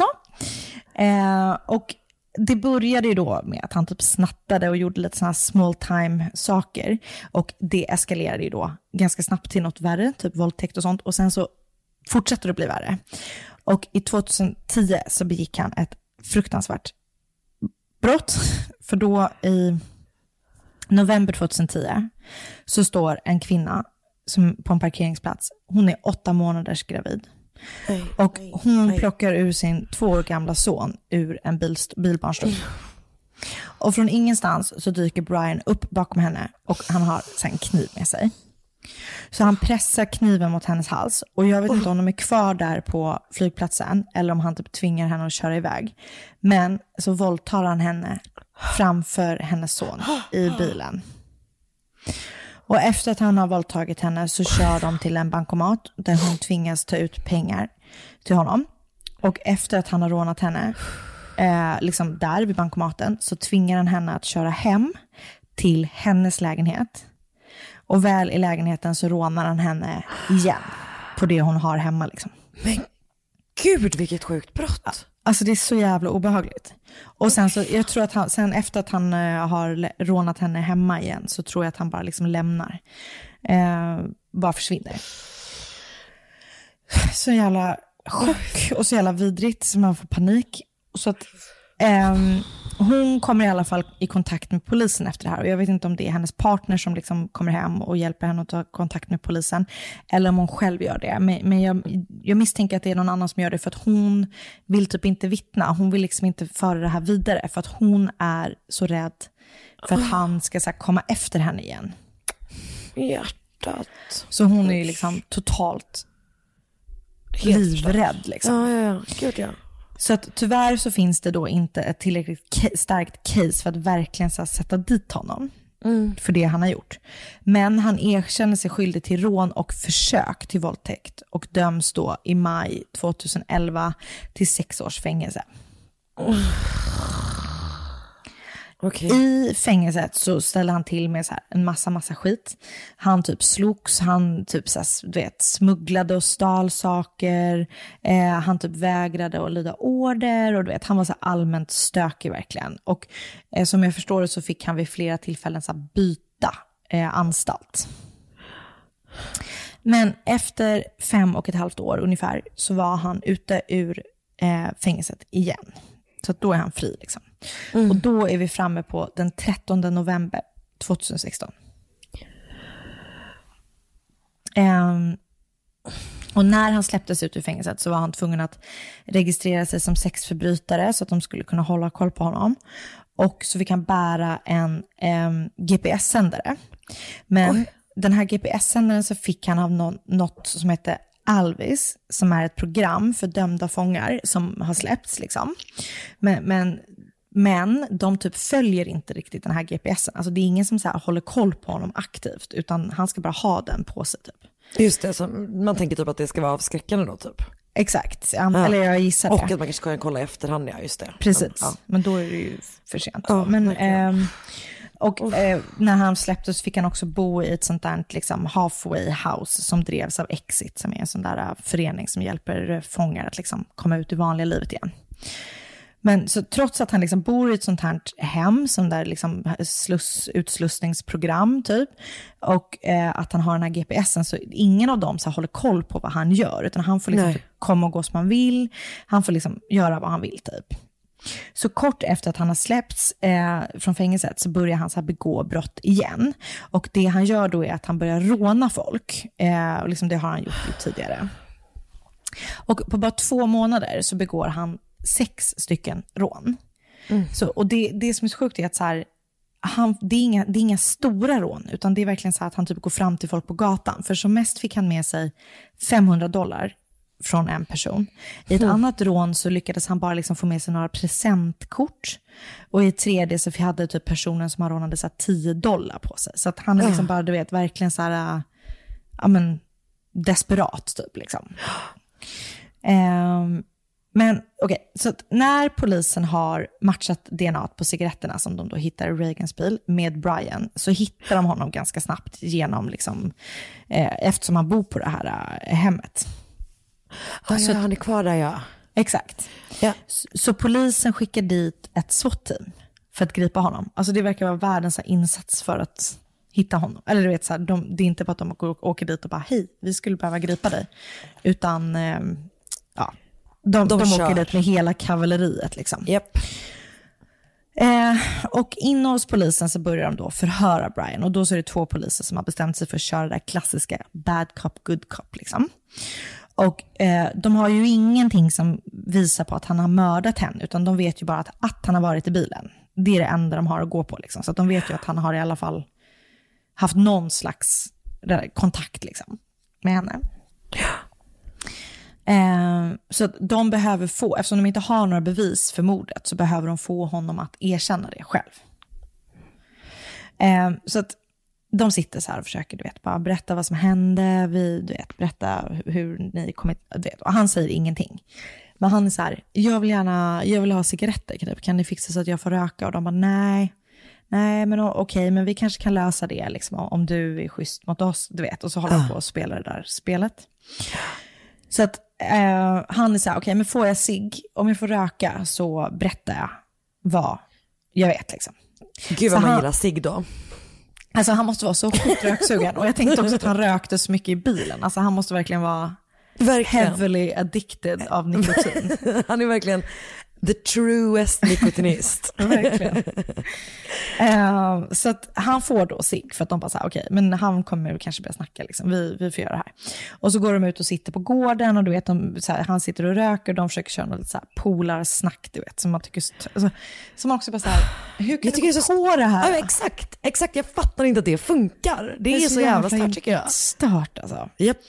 [SPEAKER 8] Och det började ju då med att han typ snattade och gjorde lite såna här small time saker. Och det eskalerade ju då ganska snabbt till något värre, typ våldtäkt och sånt. Och sen så fortsätter det bli värre. Och i 2010 så begick han ett fruktansvärt brott. För då i november 2010 så står en kvinna som på en parkeringsplats. Hon är 8 månaders gravid. Och hon plockar ur sin 2 år gamla son ur en bilbarnstol. Och från ingenstans så dyker Brian upp bakom henne och han har sen kniv med sig. Så han pressar kniven mot hennes hals. Och jag vet inte om de är kvar där på flygplatsen eller om han typ tvingar henne att köra iväg. Men så våldtar han henne framför hennes son i bilen. Och efter att han har våldtagit henne så kör de till en bankomat där hon tvingas ta ut pengar till honom. Och efter att han har rånat henne liksom där vid bankomaten så tvingar han henne att köra hem till hennes lägenhet. Och väl i lägenheten så rånar han henne igen på det hon har hemma liksom.
[SPEAKER 9] Men gud, vilket sjukt brott.
[SPEAKER 8] Alltså det är så jävla obehagligt. Och sen så, jag tror att han, sen efter att han har rånat henne hemma igen så tror jag att han bara liksom lämnar. Bara försvinner. Så jävla chock och så jävla vidrigt så man får panik. Så att hon kommer i alla fall i kontakt med polisen efter det här. Och jag vet inte om det är hennes partner som liksom kommer hem och hjälper henne att ta kontakt med polisen. Eller om hon själv gör det. Men jag misstänker att det är någon annan som gör det. För att hon vill typ inte vittna. Hon vill liksom inte föra det här vidare. För att hon är så rädd för att han ska så här, komma efter henne igen.
[SPEAKER 9] Hjärtat. hjärtat.
[SPEAKER 8] Så hon är ju liksom totalt livrädd liksom.
[SPEAKER 9] Ja. Gud, ja.
[SPEAKER 8] Så att tyvärr så finns det då inte ett tillräckligt starkt case för att verkligen så sätta dit honom för det han har gjort. Men han erkänner sig skyldig till rån och försök till våldtäkt och döms då i maj 2011 till 6 års fängelse.
[SPEAKER 9] Okay.
[SPEAKER 8] I fängelset så ställde han till med så här en massa skit. Han typ slogs, han typ så här, du vet, smugglade och stal saker. Han typ vägrade att lyda order och du vet, han var så här allmänt stökig verkligen. Och som jag förstår det så fick han vid flera tillfällen så här byta anstalt. Men efter 5,5 år ungefär så var han ute ur fängelset igen. Så att då är han fri liksom. Och då är vi framme på den 13 november 2016. Och när han släpptes ut ur fängelset så var han tvungen att registrera sig som sexförbrytare så att de skulle kunna hålla koll på honom. Och så fick han bära en GPS-sändare. Men den här GPS-sändaren så fick han av något som heter Alvis, som är ett program för dömda fångar som har släppts liksom. Men de typ följer inte riktigt den här GPSen. Alltså det är ingen som så här håller koll på honom aktivt, utan han ska bara ha den på sig typ.
[SPEAKER 9] Just det, så man tänker typ att det ska vara avskräckande då typ.
[SPEAKER 8] Exakt, eller jag gissar det.
[SPEAKER 9] Och att man kanske kan kolla i efterhand, ja just det.
[SPEAKER 8] Precis, men då är det ju för sent. När han släpptes fick han också bo i ett sånt där liksom halfway house som drevs av Exit, som är en sån där förening som hjälper fångar att liksom komma ut i vanliga livet igen. Men så trots att han liksom bor i ett sånt här hem som där liksom utslussningsprogram typ, och att han har den här GPSen, så ingen av dem så håller koll på vad han gör, utan han får liksom komma och gå som han vill, han får liksom göra vad han vill typ. Så kort efter att han har släppts från fängelset så börjar han så här begå brott igen. Och det han gör då är att han börjar råna folk. Och liksom det har han gjort tidigare. Och på bara 2 månader så begår han 6 stycken rån. Så, och det som är så sjukt är att så här, det är inga stora rån, utan det är verkligen så här att han typ går fram till folk på gatan. För som mest fick han med sig $500 från en person. I ett annat rån så lyckades han bara liksom få med sig några presentkort. Och i ett tredje så hade typ personen som han rånade så $10 på sig. Så att han är liksom bara, du vet, verkligen så här, desperat typ liksom. Men okej, så att när polisen har matchat DNA på cigaretterna som de då hittar i Reagans bil med Brian, så hittar de honom ganska snabbt genom liksom, eftersom han bor på det här hemmet.
[SPEAKER 9] Så han är kvar där, ja.
[SPEAKER 8] Exakt. Ja. Så polisen skickar dit ett SWAT-team för att gripa honom. Alltså det verkar vara världens insats för att hitta honom. Eller du vet, så här, det är inte på att de åker dit och bara, hej, vi skulle behöva gripa dig. Utan de åker dit med hela kavalleriet liksom.
[SPEAKER 9] Yep.
[SPEAKER 8] Och inne hos polisen så börjar de då förhöra Brian. Och då så är det 2 poliser som har bestämt sig för att köra det där klassiska bad cop, good cop liksom. Och de har ju ingenting som visar på att han har mördat henne, utan de vet ju bara att han har varit i bilen. Det är det enda de har att gå på liksom. Så att de vet ju att han har i alla fall haft någon slags kontakt liksom med henne. Så att de behöver få, eftersom de inte har några bevis för mordet, så behöver de få honom att erkänna det själv. Så att de sitter så här och försöker, du vet, bara berätta vad som hände, berätta hur ni kommit, du vet, och han säger ingenting. Men han är så här, jag vill ha cigaretter, kan ni fixa så att jag får röka? Och de bara, nej men okej, men vi kanske kan lösa det liksom, om du är schysst mot oss, du vet. Och så håller han på och spelar det där spelet. Så att han är så här, okej, men får jag cigg, om jag får röka så berättar jag vad jag vet liksom.
[SPEAKER 9] Gud vad man gillar cigg då.
[SPEAKER 8] Alltså han måste vara så sjukt röksugen. Och jag tänkte också att han rökte så mycket i bilen. Alltså han måste verkligen vara heavily addicted av nikotin.
[SPEAKER 9] Han är verkligen The truest nikotinist.
[SPEAKER 8] Verkligen. Så att han får då cigg för att de bara så här, okej, men han kommer kanske börja snacka liksom. Vi får göra det här. Och så går de ut och sitter på gården och du vet så här, han sitter och röker och de försöker köra något så här polarsnack, du vet, som man tycker alltså, som också bara så här, hur kan du gå på det här?
[SPEAKER 9] Ja, exakt, jag fattar inte att det funkar. Det är så jävla stört tycker jag.
[SPEAKER 8] Stört alltså.
[SPEAKER 9] Yep.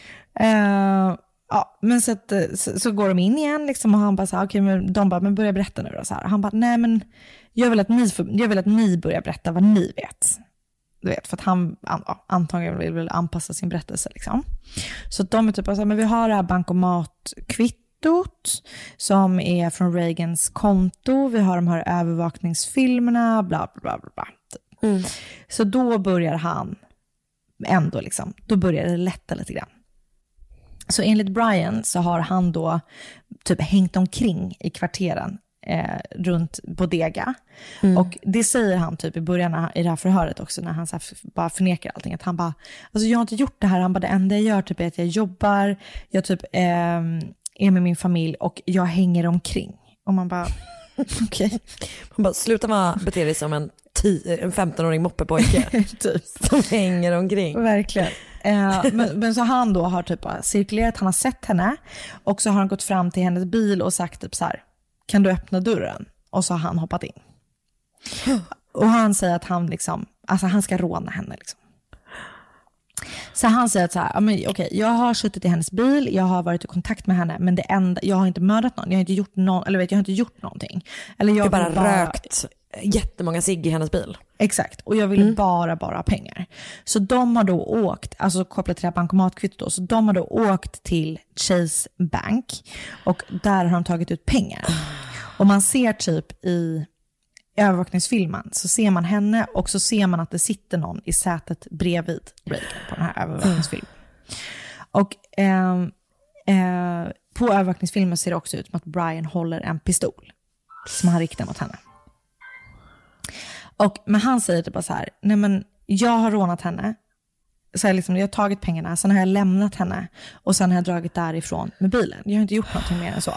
[SPEAKER 8] Ja, men så går de in igen liksom, och han bara så här, okej, men de bara, men börja berätta nu då, så här. Han bara, nej men jag vill att ni börjar berätta vad ni vet. Du vet, för att han antagligen vill anpassa sin berättelse liksom. Så att de är typ så här, men vi har det här bankomatkvittot som är från Reagans konto, vi har de här övervakningsfilmerna, bla bla bla bla. Så då börjar han ändå liksom, då börjar det lätta lite grann. Så enligt Brian så har han då typ hängt omkring i kvarteren runt Bodega. Och det säger han typ i början i det här förhöret också, när han så här bara förnekar allting. Att han bara, alltså jag har inte gjort det här. Han bara, det enda jag gör typ är att jag jobbar, jag typ är med min familj och jag hänger omkring. Och man bara, okej.
[SPEAKER 9] Man bara, sluta bete dig som en 15-åring moppepojke
[SPEAKER 8] typ.
[SPEAKER 9] Som hänger omkring.
[SPEAKER 8] Verkligen. Men så han då har typ cirkulerat, han har sett henne och så har han gått fram till hennes bil och sagt typ så här, kan du öppna dörren? Och så har han hoppat in. Och han säger att han liksom, alltså han ska råna henne liksom. Så han säger att så här, men okej, jag har suttit i hennes bil, jag har varit i kontakt med henne, men det enda, jag har inte mördat någon, jag har inte gjort jag har inte gjort någonting. Eller jag
[SPEAKER 9] har bara rökt jättemånga cigg i hennes bil.
[SPEAKER 8] Exakt, och jag vill bara ha pengar. Så de har då åkt, alltså kopplat till det här bankomatkvittot då, så de har då åkt till Chase Bank och där har de tagit ut pengar. Och man ser typ i övervakningsfilmen så ser man henne och så ser man att det sitter någon i sätet bredvid Reagan på den här övervakningsfilmen. Och på övervakningsfilmen ser det också ut som att Brian håller en pistol som han riktar mot henne. Men han säger typ bara så här, nej men jag har rånat henne, så jag har tagit pengarna, sen har jag lämnat henne och sen har jag dragit därifrån med bilen. Jag har inte gjort någonting mer än så.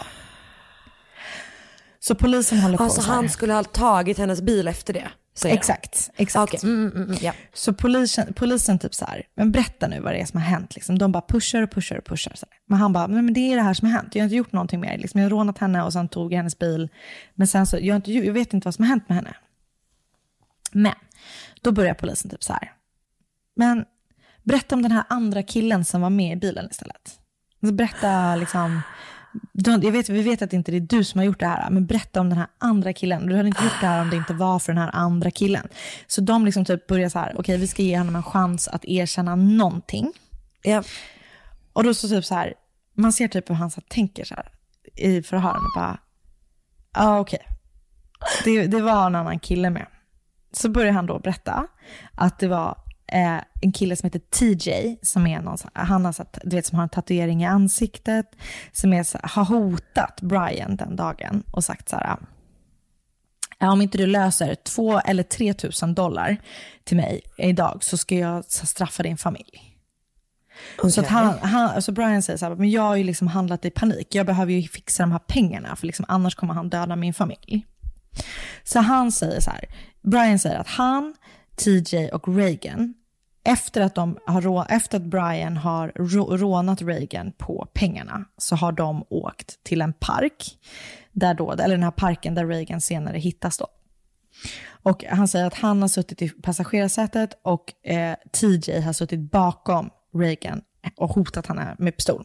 [SPEAKER 8] Så polisen håller på
[SPEAKER 9] alltså, så här. Han skulle ha tagit hennes bil efter det.
[SPEAKER 8] Exakt.
[SPEAKER 9] Okay. Ja.
[SPEAKER 8] Så polisen typ så här, men berätta nu vad det är som har hänt liksom. De bara pushar så här. Men han bara, men det är det här som har hänt. Jag har inte gjort någonting mer liksom. Jag har rånat henne och sen tog jag hennes bil. Men sen så, jag vet inte vad som har hänt med henne. Men då börjar polisen typ så här, men berätta om den här andra killen som var med i bilen istället. Alltså berätta liksom, vi vet att inte det är du som har gjort det här, men berätta om den här andra killen. Du hade inte gjort det här om det inte var för den här andra killen. Så de liksom typ börjar så här, okej, vi ska ge honom en chans att erkänna någonting.
[SPEAKER 9] Ja.
[SPEAKER 8] Och då så typ så här, man ser typ hur han så tänker så här i förhören och bara, okej. Det var en annan kille med. Så börjar han då berätta att det var en kille som heter TJ som är någon, han har du vet, som har en tatuering i ansiktet, som har hotat Brian den dagen och sagt så här, om inte du löser 2 eller 3 000 dollar till mig idag så ska jag straffa din familj. Okay. Så att så Brian säger så här, men jag har ju liksom handlat i panik, jag behöver ju fixa de här pengarna för liksom, annars kommer han döda min familj. Så han säger så här, Brian säger att han, TJ och Reagan, efter att Brian har rånat Reagan på pengarna, så har de åkt till en park eller den här parken där Reagan senare hittas då. Och han säger att han har suttit i passagerarsätet och TJ har suttit bakom Reagan och hotat henne med pistol.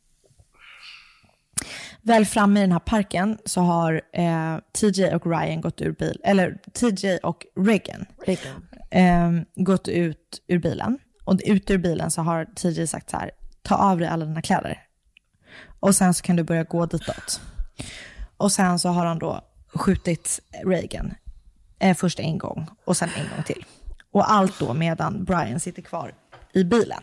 [SPEAKER 8] Väl framme i den här parken så har TJ och Ryan gått ur bil, eller TJ och Reagan gått ut ur bilen. Och ut ur bilen så har TJ sagt så här, ta av dig alla dina kläder. Och sen så kan du börja gå ditåt. Och sen så har han då skjutit Reagan först en gång och sen en gång till. Och allt då medan Brian sitter kvar i bilen.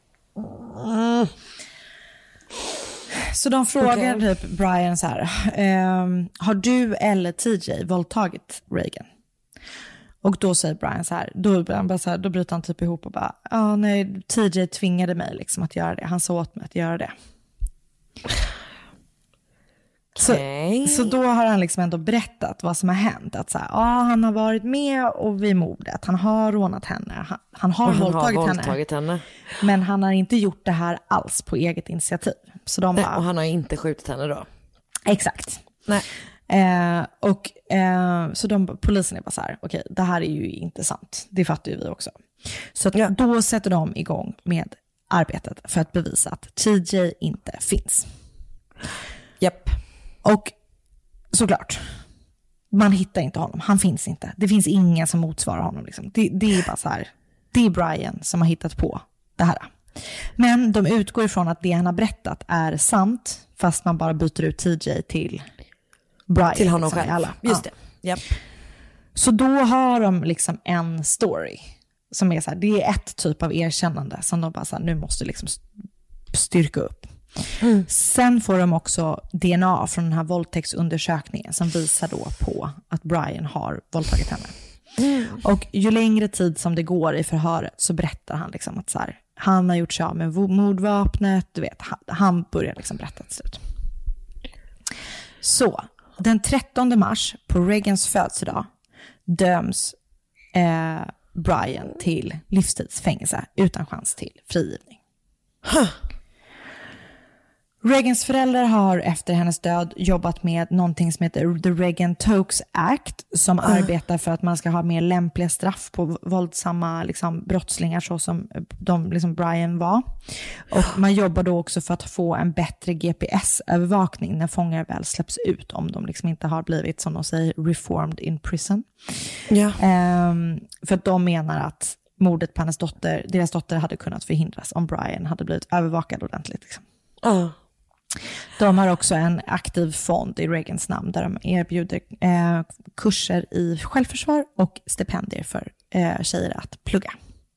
[SPEAKER 8] Så de frågar typ Brian så här, har du eller TJ våldtagit Reagan? Och då säger Brian så här, då bryter han typ ihop och bara, nej, TJ tvingade mig liksom att göra det. Han sa åt mig att göra det. Så då har han liksom ändå berättat vad som har hänt. Att så här, han har varit med och vid mordet. Han har rånat henne. Han har våldtagit henne. Men han har inte gjort det här alls på eget initiativ. Så de bara,
[SPEAKER 9] och han har inte skjutit henne då?
[SPEAKER 8] Exakt.
[SPEAKER 9] Nej.
[SPEAKER 8] Så polisen är bara så här, okej, det här är ju inte sant. Det fattar ju vi också. Så att då sätter de igång med arbetet för att bevisa att TJ inte finns.
[SPEAKER 9] Japp.
[SPEAKER 8] Och såklart, man hittar inte honom. Han finns inte. Det finns ingen som motsvarar honom. Liksom. Det är bara så här, det är Brian som har hittat på det här. Men de utgår ifrån att det han har berättat är sant, fast man bara byter ut TJ till Brian.
[SPEAKER 9] Till honom
[SPEAKER 8] liksom,
[SPEAKER 9] själv. Just det. Japp.
[SPEAKER 8] Så då har de liksom en story som är så här, det är ett typ av erkännande som de bara så här, nu måste liksom styrka upp. Sen får de också DNA från den här våldtäktsundersökningen som visar då på att Brian har våldtagit henne. Och ju längre tid som det går i förhöret så berättar han liksom att så här, han har gjort sig av med mordvapnet, du vet, han börjar liksom berätta till slut. Så, den 13 mars på Reagans födelsedag döms Brian till livstidsfängelse utan chans till frigivning. Reagans föräldrar har efter hennes död jobbat med någonting som heter The Reagan-Tokes Act som arbetar för att man ska ha mer lämpliga straff på våldsamma liksom, brottslingar så som de, liksom Brian var. Och man jobbar då också för att få en bättre GPS-övervakning när fångar väl släpps ut om de liksom inte har blivit, som de säger, reformed in prison.
[SPEAKER 9] Ja.
[SPEAKER 8] För att de menar att mordet på deras dotter hade kunnat förhindras om Brian hade blivit övervakad ordentligt. Liksom. De har också en aktiv fond i Reagans namn där de erbjuder kurser i självförsvar och stipendier för tjejer att plugga.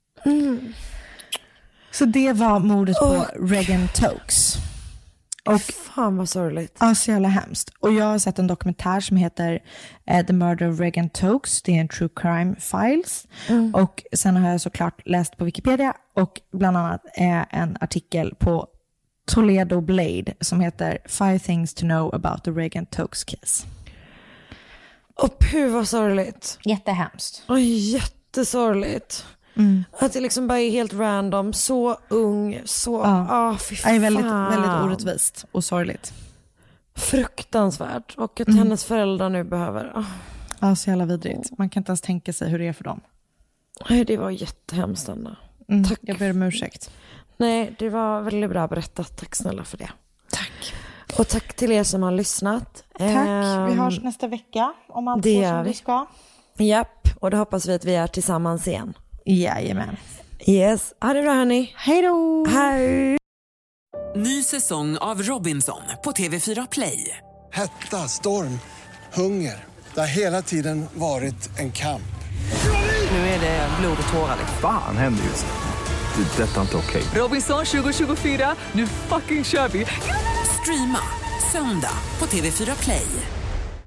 [SPEAKER 8] Så det var mordet på Reagan Tokes. Och
[SPEAKER 9] fan vad sorgligt.
[SPEAKER 8] Ja, så jävla hemskt. Och jag har sett en dokumentär som heter The Murder of Reagan Tokes. Det är en true crime files. Och sen har jag såklart läst på Wikipedia och bland annat en artikel på Toledo Blade som heter 5 things to know about the Reagan Tokes case.
[SPEAKER 9] Hur vad sorgligt.
[SPEAKER 8] Jättehemskt.
[SPEAKER 9] Jättesorgligt. Att det liksom bara är helt random, så ung, så... fy fan.
[SPEAKER 8] Det är väldigt, väldigt orättvist och sorgligt.
[SPEAKER 9] Fruktansvärt. Och att hennes föräldrar nu behöver...
[SPEAKER 8] Ja, så jävla vidrigt. Man kan inte ens tänka sig hur det är för dem.
[SPEAKER 9] Nej, det var jättehemskt, Anna. Tack.
[SPEAKER 8] Jag ber om ursäkt.
[SPEAKER 9] Nej, det var väldigt bra berättat. Tack snälla för det.
[SPEAKER 8] Tack.
[SPEAKER 9] Och tack till er som har lyssnat.
[SPEAKER 8] Tack. Vi hörs nästa vecka om allt
[SPEAKER 9] det
[SPEAKER 8] går som det ska.
[SPEAKER 9] Japp, och då hoppas vi att vi är tillsammans igen.
[SPEAKER 8] Jajamän.
[SPEAKER 9] Yes. Ha det bra, hörni.
[SPEAKER 8] Hej då.
[SPEAKER 9] Hej.
[SPEAKER 1] Ny säsong av Robinson på TV4 Play.
[SPEAKER 2] Hetta, storm, hunger. Det har hela tiden varit en kamp.
[SPEAKER 1] Nu är det blod och tårar.
[SPEAKER 3] Fan händer just det. Detta är inte okej.
[SPEAKER 1] Robinson 2024, nu fucking kör vi. Streama söndag på TV4 Play.